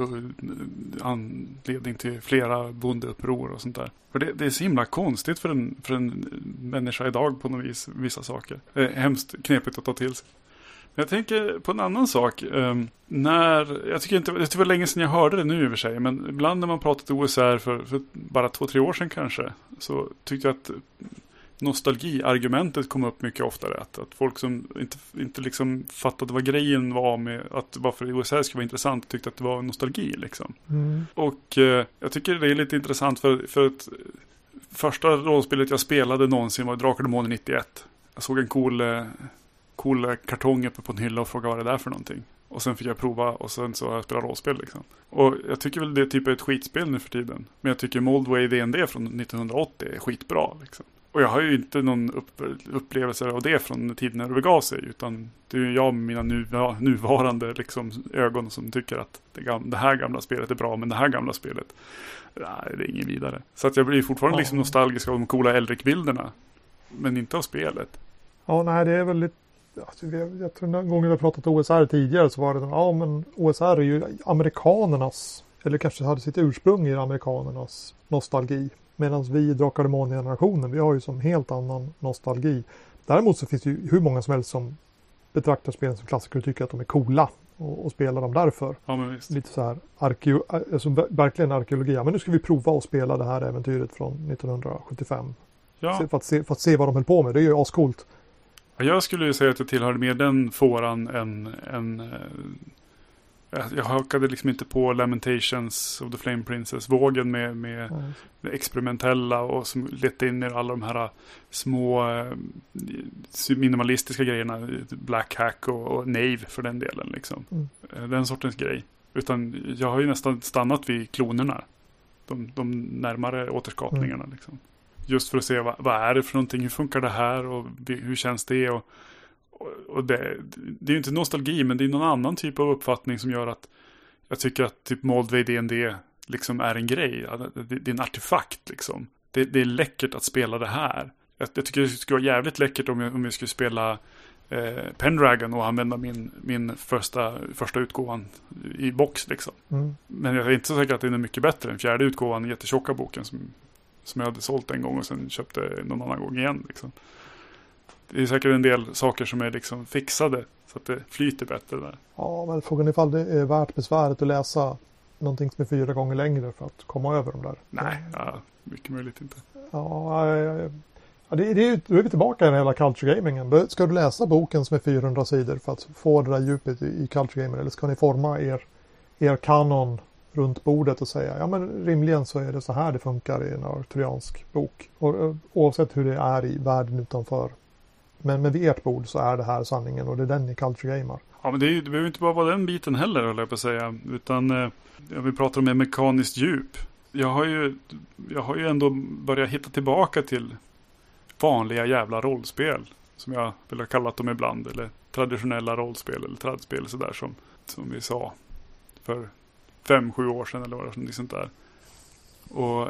anledning till flera bondeuppror och sånt där. För det, det är så himla konstigt för en, för en människa idag på något vis, vissa saker. Det är hemskt knepigt att ta till sig. Jag tänker på en annan sak. Um, när, jag tycker inte, det var länge sedan jag hörde det nu i och för sig. Men ibland när man pratat O S R för, för bara två, tre år sedan kanske. Så tyckte jag att nostalgiargumentet kom upp mycket oftare. Att, att folk som inte, inte liksom fattade vad grejen var med att varför O S R skulle vara intressant tyckte att det var nostalgi liksom. Mm. Och uh, jag tycker det är lite intressant för, för att första rollspelet jag spelade någonsin var Drakar och Demoner nittioett. Jag såg en cool... Uh, cool kartong uppe på en hylla och fråga vad det är för någonting. Och sen fick jag prova och sen så har jag spelat rollspel liksom. Och jag tycker väl det typ är ett skitspel nu för tiden. Men jag tycker Moldway D and D från nittonhundraåttio är skitbra liksom. Och jag har ju inte någon upp, upplevelse av det från tiden när det begav sig. Utan det är ju jag med mina nu, ja, nuvarande liksom, ögon som tycker att det, gam, det här gamla spelet är bra. Men det här gamla spelet, nej, det är ingen vidare. Så att jag blir fortfarande ja. liksom nostalgisk av de coola Elric-bilderna. Men inte av spelet. Ja, nej, det är väl lite... Alltså, jag, jag tror någon gång vi har pratat O S R tidigare så var det ja men O S R är ju amerikanernas eller kanske hade sitt ursprung i amerikanernas nostalgi. Medan vi i Drakar och Demoner-generationen, vi har ju som helt annan nostalgi. Däremot så finns det ju hur många som helst som betraktar spelen som klassiker och tycker att de är coola och, och spelar dem därför. Ja, men visst. Lite så här arkeo, alltså verkligen arkeologi. Ja, men nu ska vi prova att spela det här äventyret från nittonhundrasjuttiofem. Ja. För, att se, för att se vad de höll på med. Det är ju ascoolt. Ja, jag skulle ju säga att jag tillhörde mer den fåran än... än jag hakade liksom inte på Lamentations of the Flame Princess-vågen med, med, Mm. med experimentella och som lette in i alla de här små eh, minimalistiska grejerna, Black Hack och, och Nave för den delen liksom. Mm. Den sortens grej. Utan jag har ju nästan stannat vid klonerna. De, de närmare återskapningarna Mm. liksom. Just för att se vad, vad är det för någonting, hur funkar det här och hur känns det och Och det, det är ju inte nostalgi, men det är någon annan typ av uppfattning som gör att jag tycker att typ Moldvay D and D liksom är en grej. Det, det är en artefakt liksom. Det, det är läckert att spela det här. Jag, jag tycker det skulle vara jävligt läckert om jag, om jag skulle spela eh, Pendragon och använda min, min första, första utgåvan i box liksom. Mm. Men jag är inte så säker att det är mycket bättre än fjärde utgåvan i jättetjocka boken som, som jag hade sålt en gång och sen köpte någon annan gång igen liksom. Det är säkert en del saker som är liksom fixade så att det flyter bättre där. Ja, men frågan är ifall det är värt besväret att läsa någonting som är fyra gånger längre för att komma över dem där. Nej, ja, mycket möjligt inte. Ja, ja, ja det, det är, då är vi tillbaka i den hela culture gamingen. Ska du läsa boken som är fyrahundra sidor för att få det där djupet i, i culture gamer, eller ska ni forma er, er kanon runt bordet och säga ja men rimligen så är det så här det funkar i en arturiansk bok. Och, oavsett hur det är i världen utanför. Men med ert bord så är det här sanningen och det är den ni culture gamar. Ja, men det, är ju, det behöver inte bara vara den biten heller, höll jag på att säga. Utan eh, vi pratar om en mekaniskt djup. Jag har ju, jag har ju ändå börjat hitta tillbaka till vanliga jävla rollspel. Som jag vill ha kallat dem ibland. Eller traditionella rollspel eller tradspel sådär som, som vi sa för fem, sju år sedan eller vad det är sånt där. Och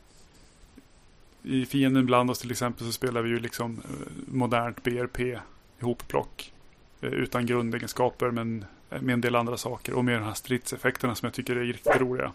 i Fienden bland oss till exempel så spelar vi ju liksom modernt B R P ihopplock utan grundegenskaper men med en del andra saker och med de här stridseffekterna som jag tycker är riktigt roliga.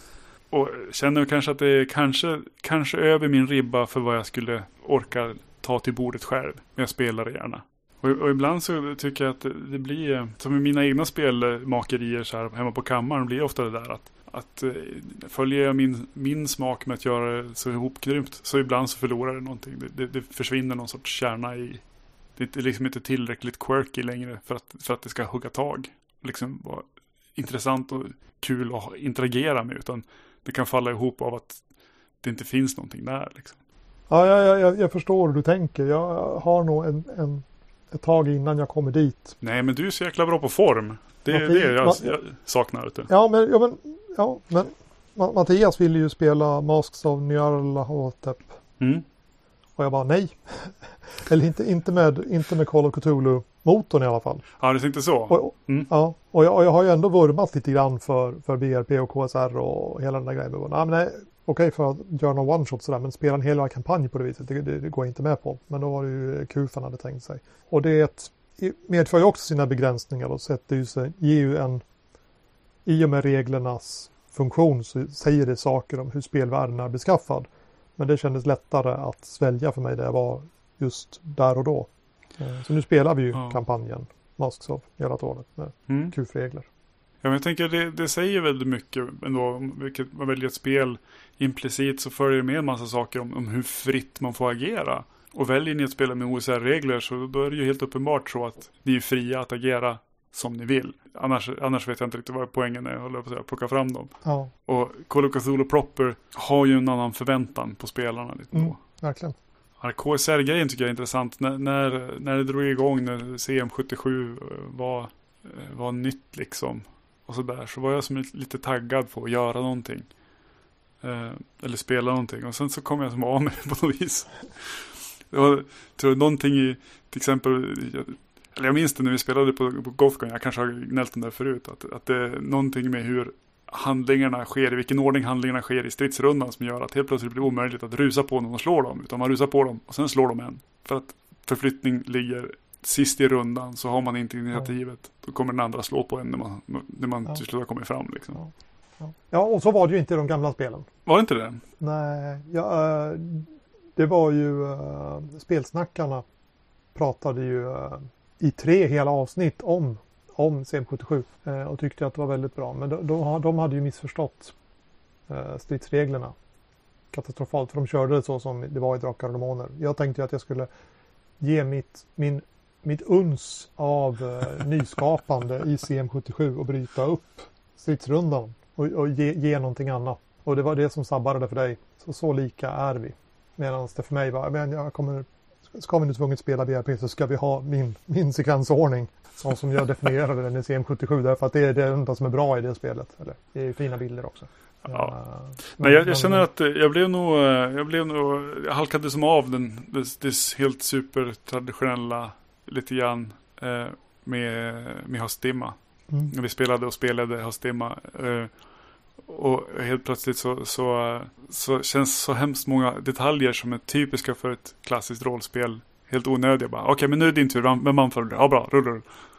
Och känner kanske att det är kanske, kanske över min ribba för vad jag skulle orka ta till bordet själv, men jag spelar det gärna. Och, och ibland så tycker jag att det, det blir, som i mina egna spelmakerier så här hemma på kammaren, blir ofta det där att Att eh, följer jag min, min smak med att göra det så ihopkrympt så ibland så förlorar det någonting. Det, det, det försvinner någon sorts kärna i. Det är liksom inte tillräckligt quirky längre för att, för att det ska hugga tag. Liksom vara intressant och kul att interagera med. Utan det kan falla ihop av att det inte finns någonting där. Liksom. Ja, jag, jag, jag förstår hur du tänker. Jag har nog en, en, ett tag innan jag kommer dit. Nej, men du är så jäkla bra på form. Det är det jag, jag saknar. Ute. Ja, men... Ja, men Ja, men Mattias ville ju spela Masks of Nyarlathotep. Mm. Och jag bara nej. Eller inte, inte, med, inte med Call of Cthulhu-motorn i alla fall. Ja, det är inte så. Och, mm. Ja, och jag, och jag har ju ändå vurmat lite grann för, för B R P och K S R och hela den där grejen. Nej, men nej, okej för att göra någon one-shot sådär, men spela en hel kampanj på det viset, det, det, det går jag inte med på. Men då var det ju Kufan hade tänkt sig. Och det medför ju också sina begränsningar och sätter ju sig, ger ju en i och med reglernas funktion så säger det saker om hur spelvärlden är beskaffad. Men det kändes lättare att svälja för mig där jag var just där och då. Så nu spelar vi ju ja. kampanjen Masks of Nyarlathotep med mm. Q F-regler. Ja, men jag tänker det, det säger väldigt mycket ändå, vilket man väljer ett spel implicit så följer det med en massa saker om, om hur fritt man får agera. Och väljer ni att spela med O S R-regler så då är det ju helt uppenbart så att ni är fria att agera som ni vill. Annars, annars vet jag inte riktigt vad poängen är. Jag håller på att plocka fram dem. Ja. Och Call of Cthulhu proper har ju en annan förväntan på spelarna. Lite mm, verkligen. Ja, K S R-grejen tycker jag är intressant. När, när, när det drog igång, när C M sjuttiosju var, var nytt liksom. Och sådär. Så var jag som lite taggad på att göra någonting. Eh, eller spela någonting. Och sen så kom jag som av mig på något vis. Det var tror jag, någonting i, till exempel... Jag, Eller jag minns det när vi spelade på, på Gothcon. Jag kanske har gnällt den där förut. Att, att det är någonting med hur handlingarna sker. I vilken ordning handlingarna sker i stridsrundan. Som gör att helt plötsligt blir det omöjligt att rusa på någon och slå dem. Utan man rusar på dem och sen slår de en. För att förflyttning ligger sist i rundan. Så har man inte initiativet. Då kommer den andra slå på en när man, när man ja. till slut har kommit fram. Liksom. Ja. Ja. ja, och så var det ju inte i de gamla spelen. Var det inte det? Nej, ja, det var ju uh, spelsnackarna pratade ju uh, i tre hela avsnitt om, om C M sjuttiosju uh, och tyckte att det var väldigt bra. Men de, de, de hade ju missförstått uh, stridsreglerna katastrofalt, för de körde det så som det var i Drakar och Demoner. Jag tänkte ju att jag skulle ge mitt, min, mitt uns av uh, nyskapande i C M sjuttiosju och bryta upp stridsrundan och, och ge, ge någonting annat. Och det var det som sabbade för dig. Så, så lika är vi. Medan det för mig var, men jag kommer, ska vi nu tvunget spela B R P så ska vi ha min, min sekvensordning. Så som jag definierade den i C M sjuttiosju. Därför att det är det enda som är bra i det spelet. Eller, det är ju fina bilder också. Ja. Uh, men, Nej, jag, jag känner att jag blev nog, jag blev nog, jag halkade som av den, det, det helt supertraditionella lite grann eh, med, med höstdimma. Mm. När vi spelade och spelade höstdimma. Eh, och helt plötsligt så, så, så känns så hemskt många detaljer som är typiska för ett klassiskt rollspel helt onödiga. Okej, okay, men nu är det din tur. Vem man följer? Ja, bra. Rullar.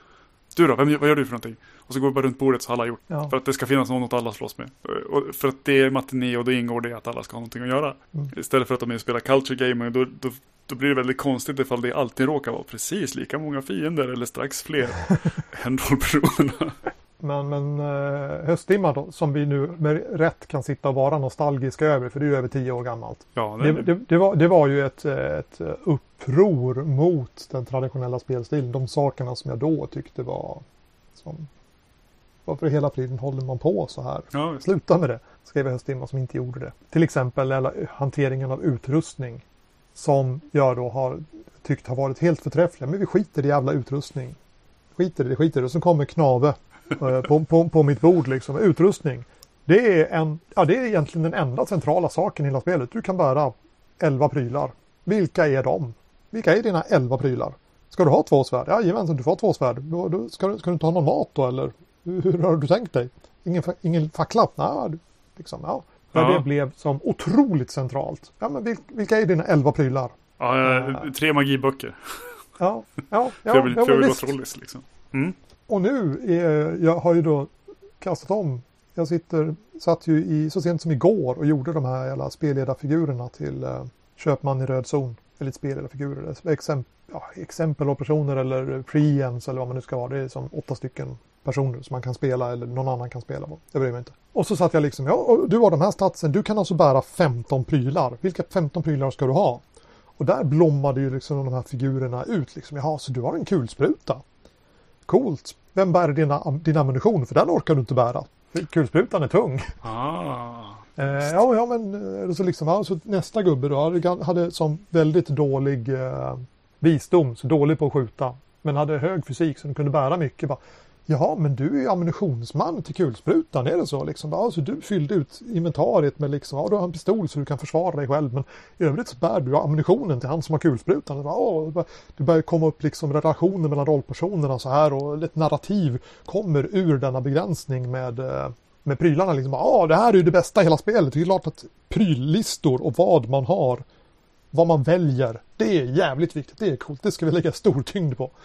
Du då? Vem, vad gör du för någonting? Och så går vi bara runt bordet så alla har gjort. Ja. För att det ska finnas någon åt alla slåss med. Och för att det är matiné och då ingår det att alla ska ha någonting att göra. Mm. Istället för att de är spelar culture gaming, då, då, då blir det väldigt konstigt ifall det alltid råkar vara precis lika många fiender eller strax fler än rollpersonerna. Men, men uh, höstdimma då, som vi nu med rätt kan sitta och vara nostalgiska över, för det är ju över tio år gammalt. Ja, det, det, det, det, var, det var ju ett, ett uppror mot den traditionella spelstilen. De sakerna som jag då tyckte var som, varför hela tiden håller man på så här? Ja, Sluta med det, skrev höstdimma som inte gjorde det. Till exempel eller, hanteringen av utrustning som jag då har tyckt har varit helt förträffliga. Men vi skiter i jävla utrustning. Skiter i det, skiter i det. Och så kommer Knave på, på, på mitt bord liksom. Utrustning. Det är, en, ja, det är egentligen den enda centrala saken i hela spelet. Du kan bära elva prylar. Vilka är de? Vilka är dina elva prylar? Ska du ha två svärd? Ja, jajamensan, du får ha två svärd. Då, då, ska, du, ska du inte ha någon mat då? Eller hur, hur har du tänkt dig? Ingen, ingen fackla? Nej, liksom, ja. Där det blev som otroligt centralt. Ja, men vil, vilka är dina elva prylar? Ja, uh, tre magiböcker. Ja, ja. ja för jag vill, ja, för jag vill gå trollis liksom. Mm. Och nu, är, jag har ju då kastat om. Jag sitter, satt ju i, så sent som igår och gjorde de här jävla spelledarfigurerna till uh, Köpman i röd zon. Eller spelledarfigurer. Exempel, ja, exempel av personer eller preens eller vad man nu ska vara. Det är som åtta stycken personer som man kan spela eller någon annan kan spela på. Det bryr mig inte. Och så satt jag liksom, ja, och du har de här statsen. Du kan alltså bära femton prylar. Vilka femton prylar ska du ha? Och där blommade ju liksom de här figurerna ut. Liksom, jaha, så du har en kulspruta. Coolt. Vem bär dina, din ammunition? För den orkar du inte bära. Kulsprutan är tung. Ah, eh, ja, ja, men så liksom, ja, så nästa gubbe då hade, hade som väldigt dålig eh, visdom. Så dålig på att skjuta. Men hade hög fysik så den kunde bära mycket. Bara, jaha, men du är ju ammunitionsman till kulsprutan, är det så? Liksom, ja, så du fyllde ut inventariet med liksom, ja, du har en pistol så du kan försvara dig själv, men i övrigt så bär du ammunitionen till han som har kulsprutan. Bara, åh, det börjar komma upp liksom relationer mellan rollpersonerna så här och ett narrativ kommer ur denna begränsning med, med prylarna. Liksom, ja, det här är ju det bästa i hela spelet. Det är klart att pryllistor och vad man har, vad man väljer, det är jävligt viktigt. Det är coolt, det ska vi lägga stor tyngd på.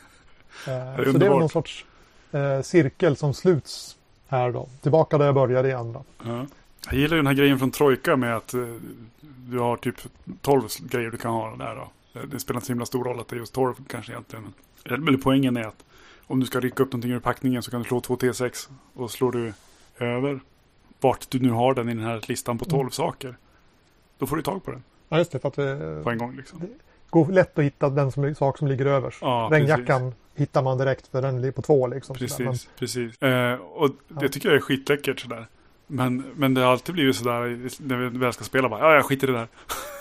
Det så det är någon sorts Eh, cirkel som sluts här då. Tillbaka där jag började i andra. Ja. Jag gillar ju den här grejen från Trojka med att eh, du har typ tolv grejer du kan ha där då. Det spelar inte så himla stor roll att det är just tolv kanske egentligen. Eller poängen är att om du ska rycka upp någonting ur packningen så kan du slå två T sex och slår du över vart du nu har den i den här listan på tolv mm. saker. Då får du tag på den. Ja, just det, för att det, på en gång liksom. Det går lätt att hitta den som, sak som ligger överst. Ja, regnjackan hittar man direkt för den ligger på två liksom. Precis, Men, precis. Eh, och det ja. tycker jag är skitläckert sådär. Men, men det har alltid blivit sådär när vi väl ska spela bara, ja jag skiter i det där.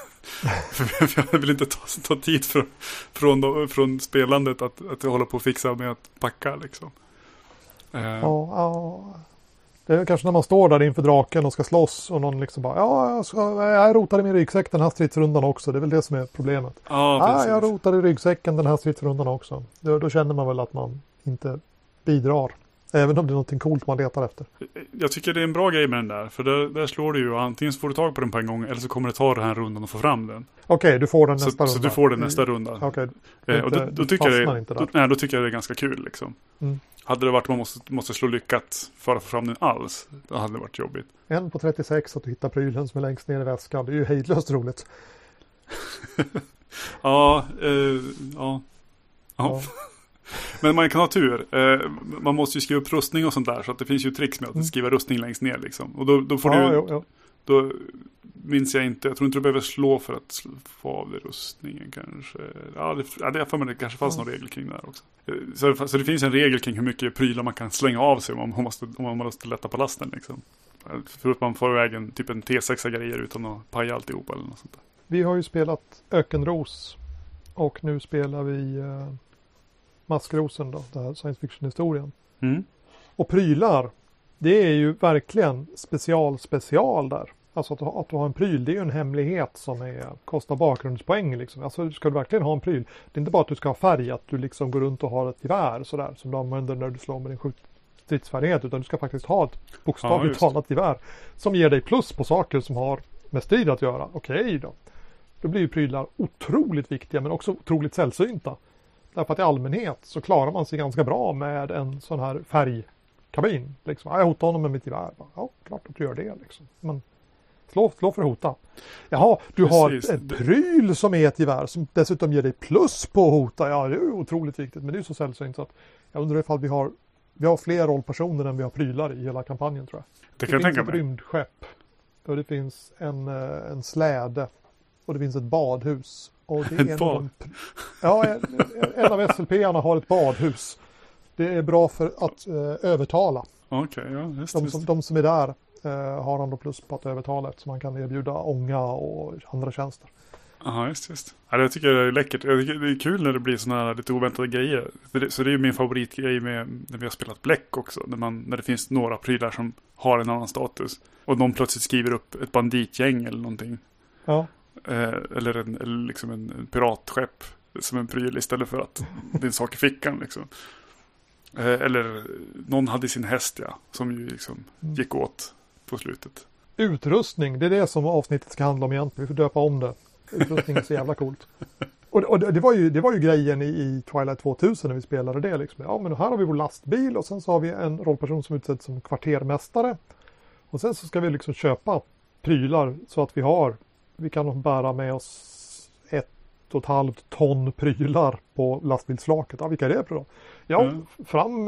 För jag vill inte ta, ta tid för, från, från spelandet att, att hålla på och fixa med att packa liksom. Eh. Ja, ja. Det är kanske när man står där inför draken och ska slåss och någon liksom bara, ja jag, ska, jag rotar i min ryggsäck den här stridsrundan också. Det är väl det som är problemet. Ja, ja jag rotar i ryggsäcken den här stridsrundan också. Då, då känner man väl att man inte bidrar Även om det är någonting coolt man letar efter. Jag tycker det är en bra grej med den där. För där, där slår du ju, antingen så får du tag på den på en gång eller så kommer det ta den här rundan och få fram den. Okej, okay, du får den nästa så, runda. Så du får den nästa runda. Okej, okay. eh, och då, då, tycker jag det, då, nej, då tycker jag det är ganska kul liksom. Mm. Hade det varit att man måste, måste slå lyckat för att få fram den alls, då hade det varit jobbigt. En på trettiosex att du hittar prylen som är längst ner i väskan. Det är ju hejdlöst roligt. ja, eh, ja, ja. ja. Men man kan ha tur. Eh, man måste ju skriva upp rustning och sånt där. Så att det finns ju tricks med att mm. skriva rustning längst ner liksom. Och då, då får ja, du... Jo, jo. Då minns jag inte. Jag tror inte du behöver slå för att få av dig rustningen kanske. Ja, det, ja, det är för mig det kanske fanns ja. någon regel kring det här också. Så, så det finns en regel kring hur mycket prylar man kan slänga av sig om man måste, om man måste lätta på lasten liksom. För att man får iväg en, typ en T sex-grejer utan att paja alltihop eller något sånt där. Vi har ju spelat Ökenros. Och nu spelar vi... Uh... Maskrosen då, det här science fiction-historien. Mm. Och prylar, det är ju verkligen special special där. Alltså att, att du har en pryl, det är ju en hemlighet som är, kostar bakgrundspoäng liksom. Alltså ska du verkligen ha en pryl, det är inte bara att du ska ha färg, att du liksom går runt och har ett gevär sådär, som du använder när du slår med din skjut stridsfärdighet, utan du ska faktiskt ha ett bokstavligt ja, talat gevär som ger dig plus på saker som har med strid att göra. Okej då. Då blir ju prylar otroligt viktiga men också otroligt sällsynta. Därför att i allmänhet så klarar man sig ganska bra med en sån här färgkabin. Liksom. Jag hotar honom med mitt gevär. Ja, klart att du gör det. Liksom. Men slå, slå för att hota. Jaha, du Precis. har ett pryl som är ett gevär som dessutom ger dig plus på att hota. Ja, det är ju otroligt viktigt. Men det är ju så sällsynt så att jag undrar ifall vi har, vi har fler rollpersoner än vi har prylar i hela kampanjen tror jag. Det, det kan finns jag ett rymdskepp. Och det finns en, en släde. Och det finns ett badhus. Och det är en, av de, ja, en, en av S L P-arna har ett badhus. Det är bra för att eh, övertala. Okay, ja, just, de, som, de som är där eh, har han då plus på att övertala så man kan erbjuda ånga och andra tjänster. Ja, just, just. Ja, jag tycker det är läckert. Jag tycker det är kul när det blir såna här lite oväntade grejer. Så det är ju min favoritgrej med när vi har spelat Black också. När, man, när det finns några prylar som har en annan status. Och de plötsligt skriver upp ett banditgäng eller någonting. Ja. Eh, eller en, eller liksom en, en piratskepp som en pryl istället för att det är en sak i fickan liksom. Eh, eller någon hade sin häst ja, som ju liksom mm. gick åt på slutet. Utrustning, det är det som avsnittet ska handla om egentligen. Vi får döpa om det. Utrustning är så jävla coolt. Och, och det, var ju, det var ju grejen i, i Twilight tvåtusen när vi spelade det liksom. Ja men här har vi vår lastbil och sen så har vi en rollperson som utsätts som kvartermästare. Och sen så ska vi liksom köpa prylar så att vi har vi kan bära med oss ett och ett halvt ton prylar på lastbilsflaket. Ja, vilka är det då? Ja, mm. fram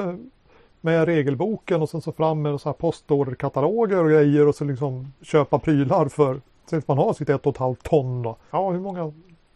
med regelboken och sen så fram med så här postorderkataloger och grejer och så liksom köpa prylar för så att man har sitt ett och ett halvt ton då. Ja, hur många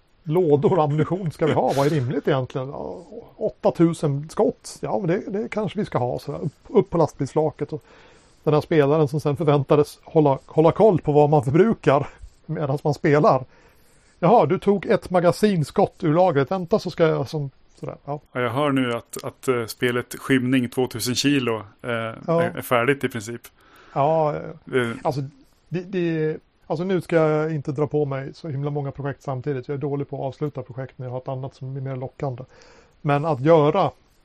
lådor och ammunition ska vi ha? Vad är rimligt egentligen? Ja, åtta tusen skott. Ja, men det, det kanske vi ska ha så här, upp, upp på lastbilsflaket och den här spelaren som sen förväntades hålla, hålla koll på vad man förbrukar medan man spelar. Jaha, du tog ett magasinskott ur lagret. Vänta så ska jag som sådär. Ja. Ja, jag hör nu att, att uh, spelet Skymning tvåtusen kilo uh, ja. är, är färdigt i princip. Ja, uh. alltså, det, det, alltså nu ska jag inte dra på mig så himla många projekt samtidigt. Jag är dålig på att avsluta projekt när jag har ett annat som är mer lockande. Men att göra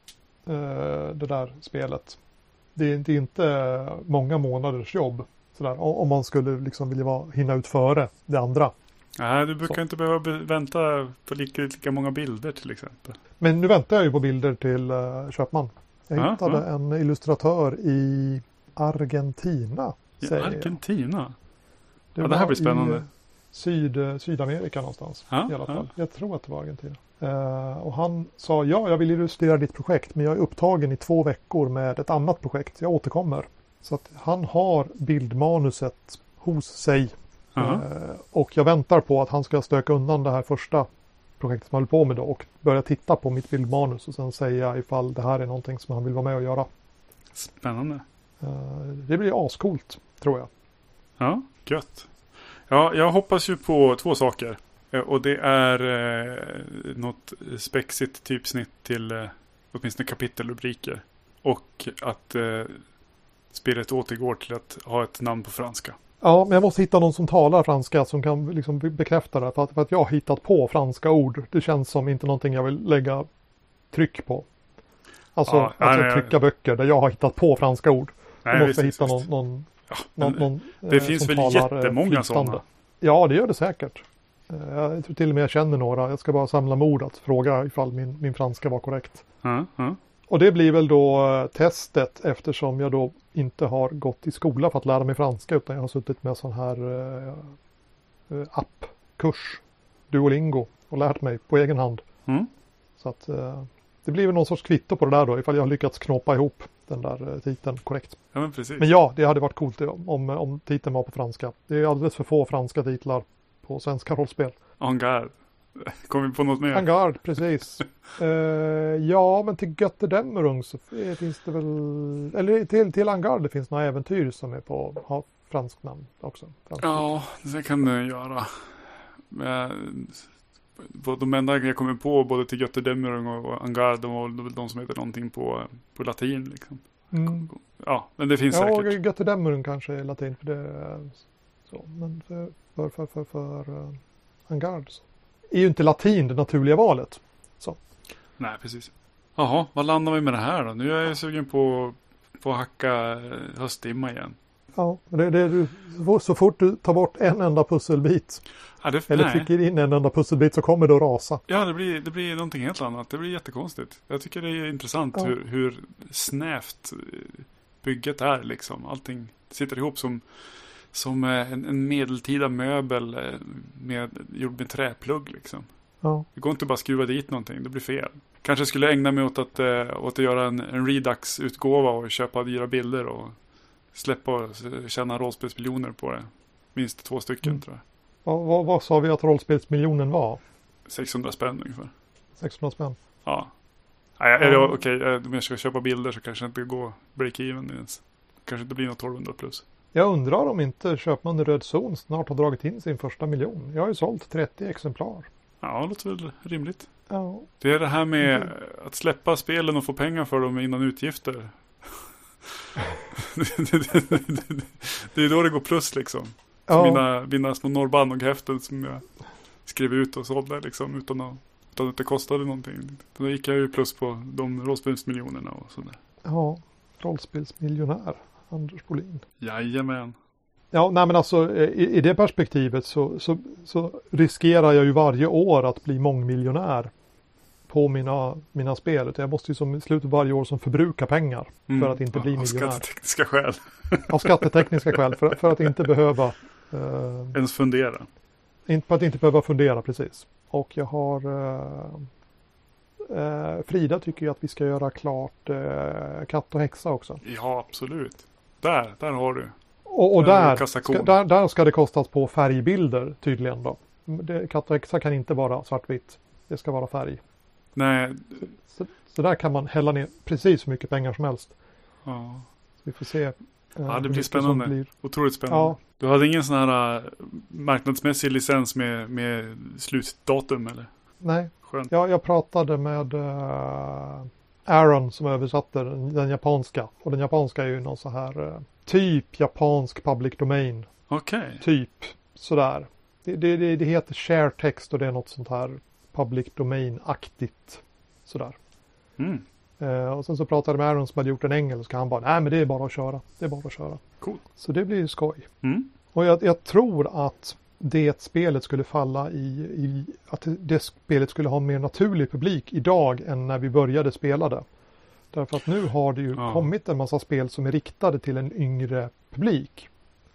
uh, det där spelet, det, det är inte många månaders jobb. Sådär, om man skulle liksom vilja vara, hinna ut före det andra. Nej, du brukar så. inte behöva vänta på lika, lika många bilder till exempel. Men nu väntar jag ju på bilder till uh, Köpman. Jag ja, hittade ja. en illustratör i Argentina. I Argentina? Det, ja, det här blir spännande. I Syd, Sydamerika någonstans ja, i alla fall. Ja. Jag tror att det var Argentina. Uh, och han sa, ja jag vill illustrera ditt projekt men jag är upptagen i två veckor med ett annat projekt. Jag återkommer. Så att han har bildmanuset hos sig. Uh-huh. Eh, och jag väntar på att han ska stöka undan det här första projektet som han håller på med då. Och börja titta på mitt bildmanus och sen säga ifall det här är någonting som han vill vara med och göra. Spännande. Eh, det blir ascoolt, tror jag. Ja, gött. Ja, jag hoppas ju på två saker. Eh, och det är eh, något spexigt typsnitt till eh, åtminstone kapitelrubriker. Och att eh, spelet återgår till att ha ett namn på franska. Ja, men jag måste hitta någon som talar franska som kan liksom bekräfta det. För att, för att jag har hittat på franska ord. Det känns som inte någonting jag vill lägga tryck på. Alltså, Ja, alltså nej, trycka böcker där jag har hittat på franska ord. Nej, Då visst, måste jag visst, hitta visst. någon, någon, Ja, någon, men någon det eh, finns som väl talar, eh, jättemånga flytande. sådana. Ja, det gör det säkert. Eh, Jag tror till och med jag känner några. Jag ska bara samla mod att fråga ifall min, min franska var korrekt. Ja, ja. Och det blir väl då eh, testet eftersom jag då inte har gått i skola för att lära mig franska utan jag har suttit med sån här eh, eh, appkurs, Duolingo, och lärt mig på egen hand. Mm. Så att eh, det blir väl någon sorts kvitto på det där då ifall jag har lyckats knåpa ihop den där eh, titeln korrekt. Ja, men precis. Men ja, det hade varit coolt om, om, om titeln var på franska. Det är alldeles för få franska titlar på svenska rollspel. En garde. Kommer vi på något mer? En garde, precis. uh, ja, men till Götterdämmerung så finns det väl... Eller till, till En garde finns några äventyr som är på har franskt namn också. Fransk. Ja, det kan det göra. Men, de enda jag kommer på både till Götterdämmerung och En garde, de var väl de som heter någonting på, på latin liksom. Mm. Ja, men det finns Ja, säkert. Götterdämmerung kanske är latin för det är så. Men för, för, för, för, för uh, En garde så är ju inte latin det naturliga valet. Så. Nej, precis. Jaha, vad landar vi med det här då? Nu är jag sugen på, på att hacka höstdimma igen. Ja, det, det, du, så fort du tar bort en enda pusselbit Ja, det, eller nej. trycker in en enda pusselbit så kommer det att rasa. Ja, det blir, det blir någonting helt annat. Det blir jättekonstigt. Jag tycker det är intressant Ja. hur, hur snävt bygget är liksom. Allting sitter ihop som, som en, en medeltida möbel med, gjord med träplugg liksom. Ja. Det går inte bara att skruva dit någonting, det blir fel. Kanske skulle ägna mig åt att, åt att göra en, en Redux-utgåva och köpa dyra bilder och släppa och tjäna rollspelsmiljoner på det. Minst två stycken Mm. tror jag. Vad, vad, vad sa vi att rollspelsmiljonen var? sexhundra spänn ungefär. sexhundra spänn. Ja. Nej, är det okej, okay, om jag ska köpa bilder så kanske inte går break-even ens. Kanske inte blir något tolvhundra plus. Jag undrar om inte Köpman Röd Zon snart har dragit in sin första miljon. Jag har ju sålt trettio exemplar. Ja, det låter väl rimligt. Ja. Det är det här med Mm. att släppa spelen och få pengar för dem innan utgifter. Det är då det går plus liksom. Ja. Mina, mina små Norrbannog-häften som jag skrev ut och sålde liksom utan att, utan att det kostade någonting. Då gick jag ju plus på de rollspelsmiljonerna och sådär. Ja, rollspelsmiljonär Anders Bolin. Jajamän. Ja, nej men alltså i, i det perspektivet så, så, så riskerar jag ju varje år att bli mångmiljonär på mina, mina spel. Jag måste ju som i slutet varje år som förbruka pengar Mm. för att inte bli Av miljonär. skattetekniska skäl. Av skattetekniska skäl, för, för att inte behöva eh, Ens fundera. inte, för att inte behöva fundera precis. Och jag har eh, eh, Frida tycker ju att vi ska göra klart eh, Katt och häxa också. Ja, absolut. Där, där har du. Och, och Där har du där, kassakon. ska, där, där ska det kostas på färgbilder tydligen då. Det, Katt och häxa kan inte vara svartvitt. Det ska vara färg. Nej, Så, så där kan man hälla ner precis hur mycket pengar som helst. ja. Så vi får se. eh, Ja, det hur blir mycket som spännande. blir. Otroligt spännande. Ja. Du hade ingen sån här äh, marknadsmässig licens med, med slutdatum eller? Nej, Skönt. jag, jag pratade med uh, Aaron som översatte den, den japanska. Och den japanska är ju någon så här uh, typ japansk public domain. Okej. Typ sådär. Det, det, det, det heter share text och det är något sånt här public domain-aktigt. Sådär. Mm. Uh, och sen så pratade jag med Aaron som hade gjort en engelska. Han bara, nej men det är bara att köra. Det är bara att köra. Cool. Så det blir ju skoj. Mm. Och jag, jag tror att det spelet skulle falla i, i att det, det spelet skulle ha en mer naturlig publik idag än när vi började spela det. Därför att nu har det ju Ja. kommit en massa spel som är riktade till en yngre publik.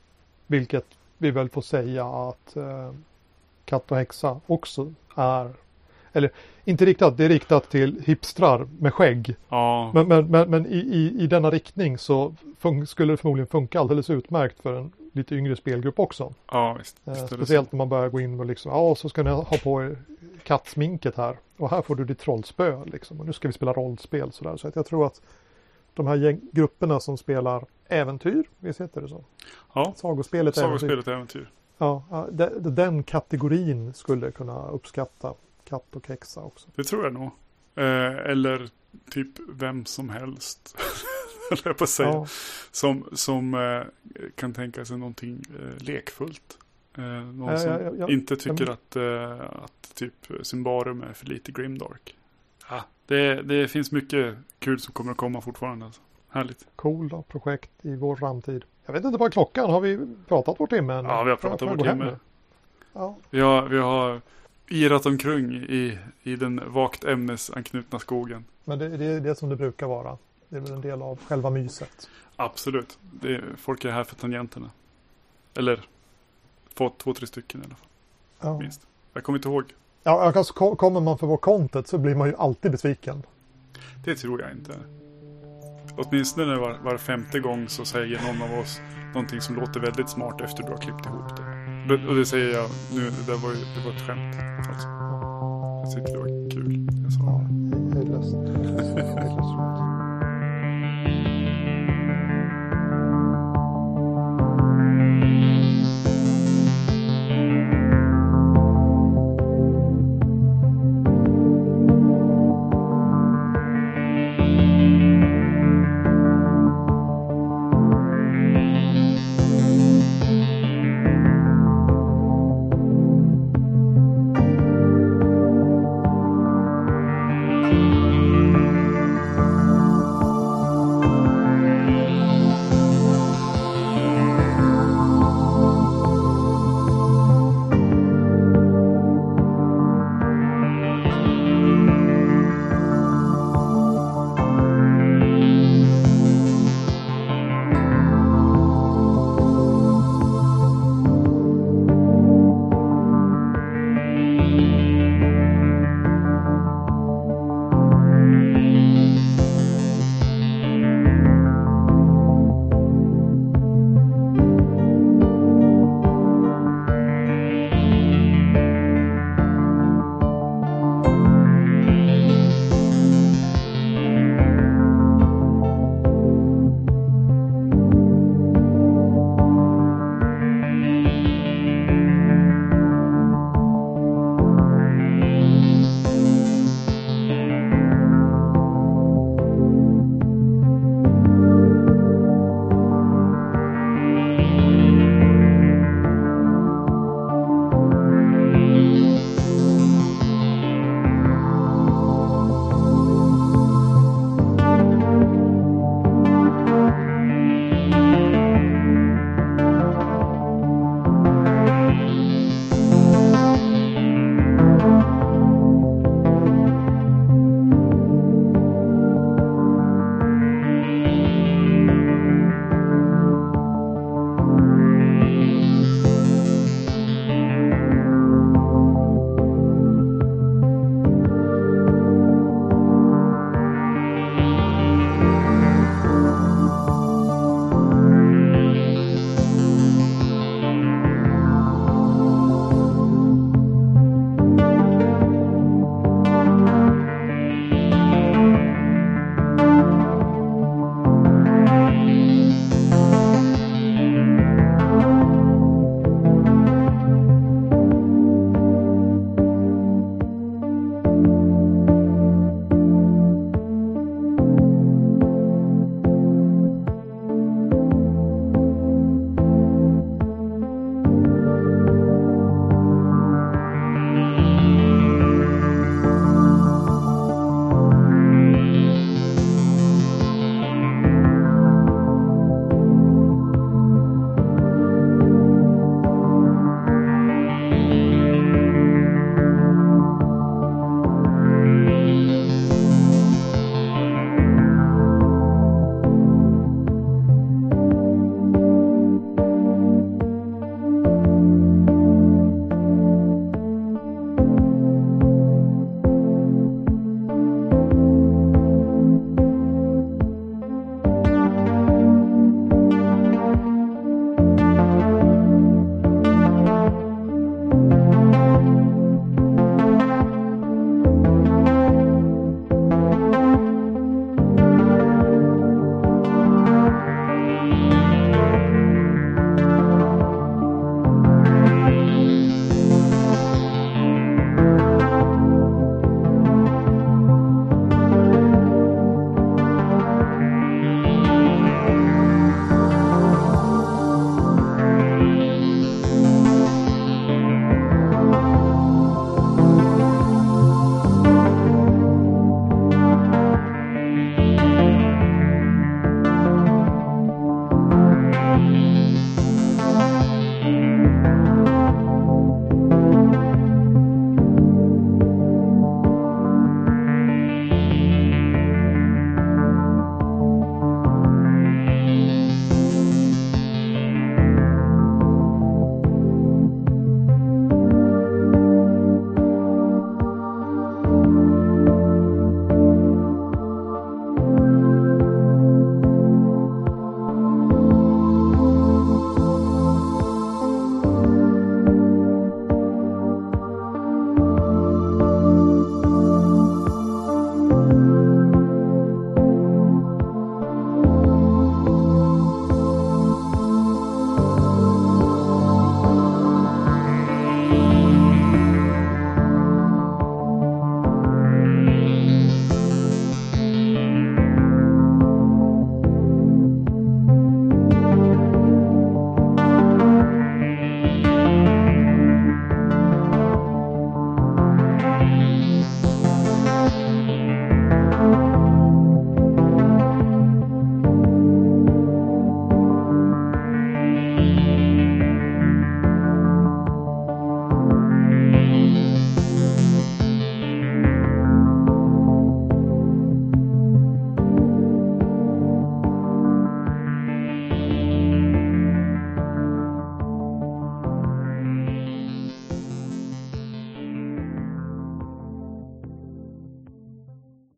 Vilket vi väl får säga att eh, Katt och häxa också är. Eller inte riktat, det är riktat till hipstrar med skägg. Ja. Men, men, men, men i, i, i denna riktning så fun- skulle det förmodligen funka alldeles utmärkt för en lite yngre spelgrupp också. Ja, visst. Eh, visst är det speciellt så. när man börjar gå in och liksom, ja så ska ni ha på er kattsminket här. Och här får du ditt trollspö liksom. Och nu ska vi spela rollspel sådär. Så att jag tror att de här gäng- grupperna som spelar äventyr, visst heter det så? Ja. Sagospelet äventyr. Sagospelet äventyr. Ja, ja de, den kategorin skulle kunna uppskatta Katt och häxa också. Det tror jag nog. Eh, eller typ vem som helst. Eller jag på att säga. Ja. Som, som eh, kan tänka sig någonting eh, lekfullt. Eh, någon Ja, som ja, ja, ja. inte tycker Ja, att, eh, att typ Symbarum är för lite grimdark. Ja, det, det finns mycket kul som kommer att komma fortfarande. Alltså. Härligt. Coola projekt i vår framtid. Jag vet inte vad klockan. Har vi pratat vår timme än? Ja, vi har pratat vår timme. Ja. Vi har, vi har irat omkring i, i den vakt ämnesanknutna skogen. Men det, det är det som det brukar vara. Det är väl en del av själva myset. Absolut. Det är, folk är här för tangenterna. Eller få två, tre stycken i alla fall. Ja. Minst. Jag kommer inte ihåg. Ja, alltså, kommer man för vår content så blir man ju alltid besviken. Det tror jag inte. Åtminstone var, var femte gång så säger någon av oss någonting som låter väldigt smart efter du har klippt ihop det. Och det säger jag nu, det var, det var ett skämt. Alltså. Jag tyckte det var kul. Jag sa ja, det är löst.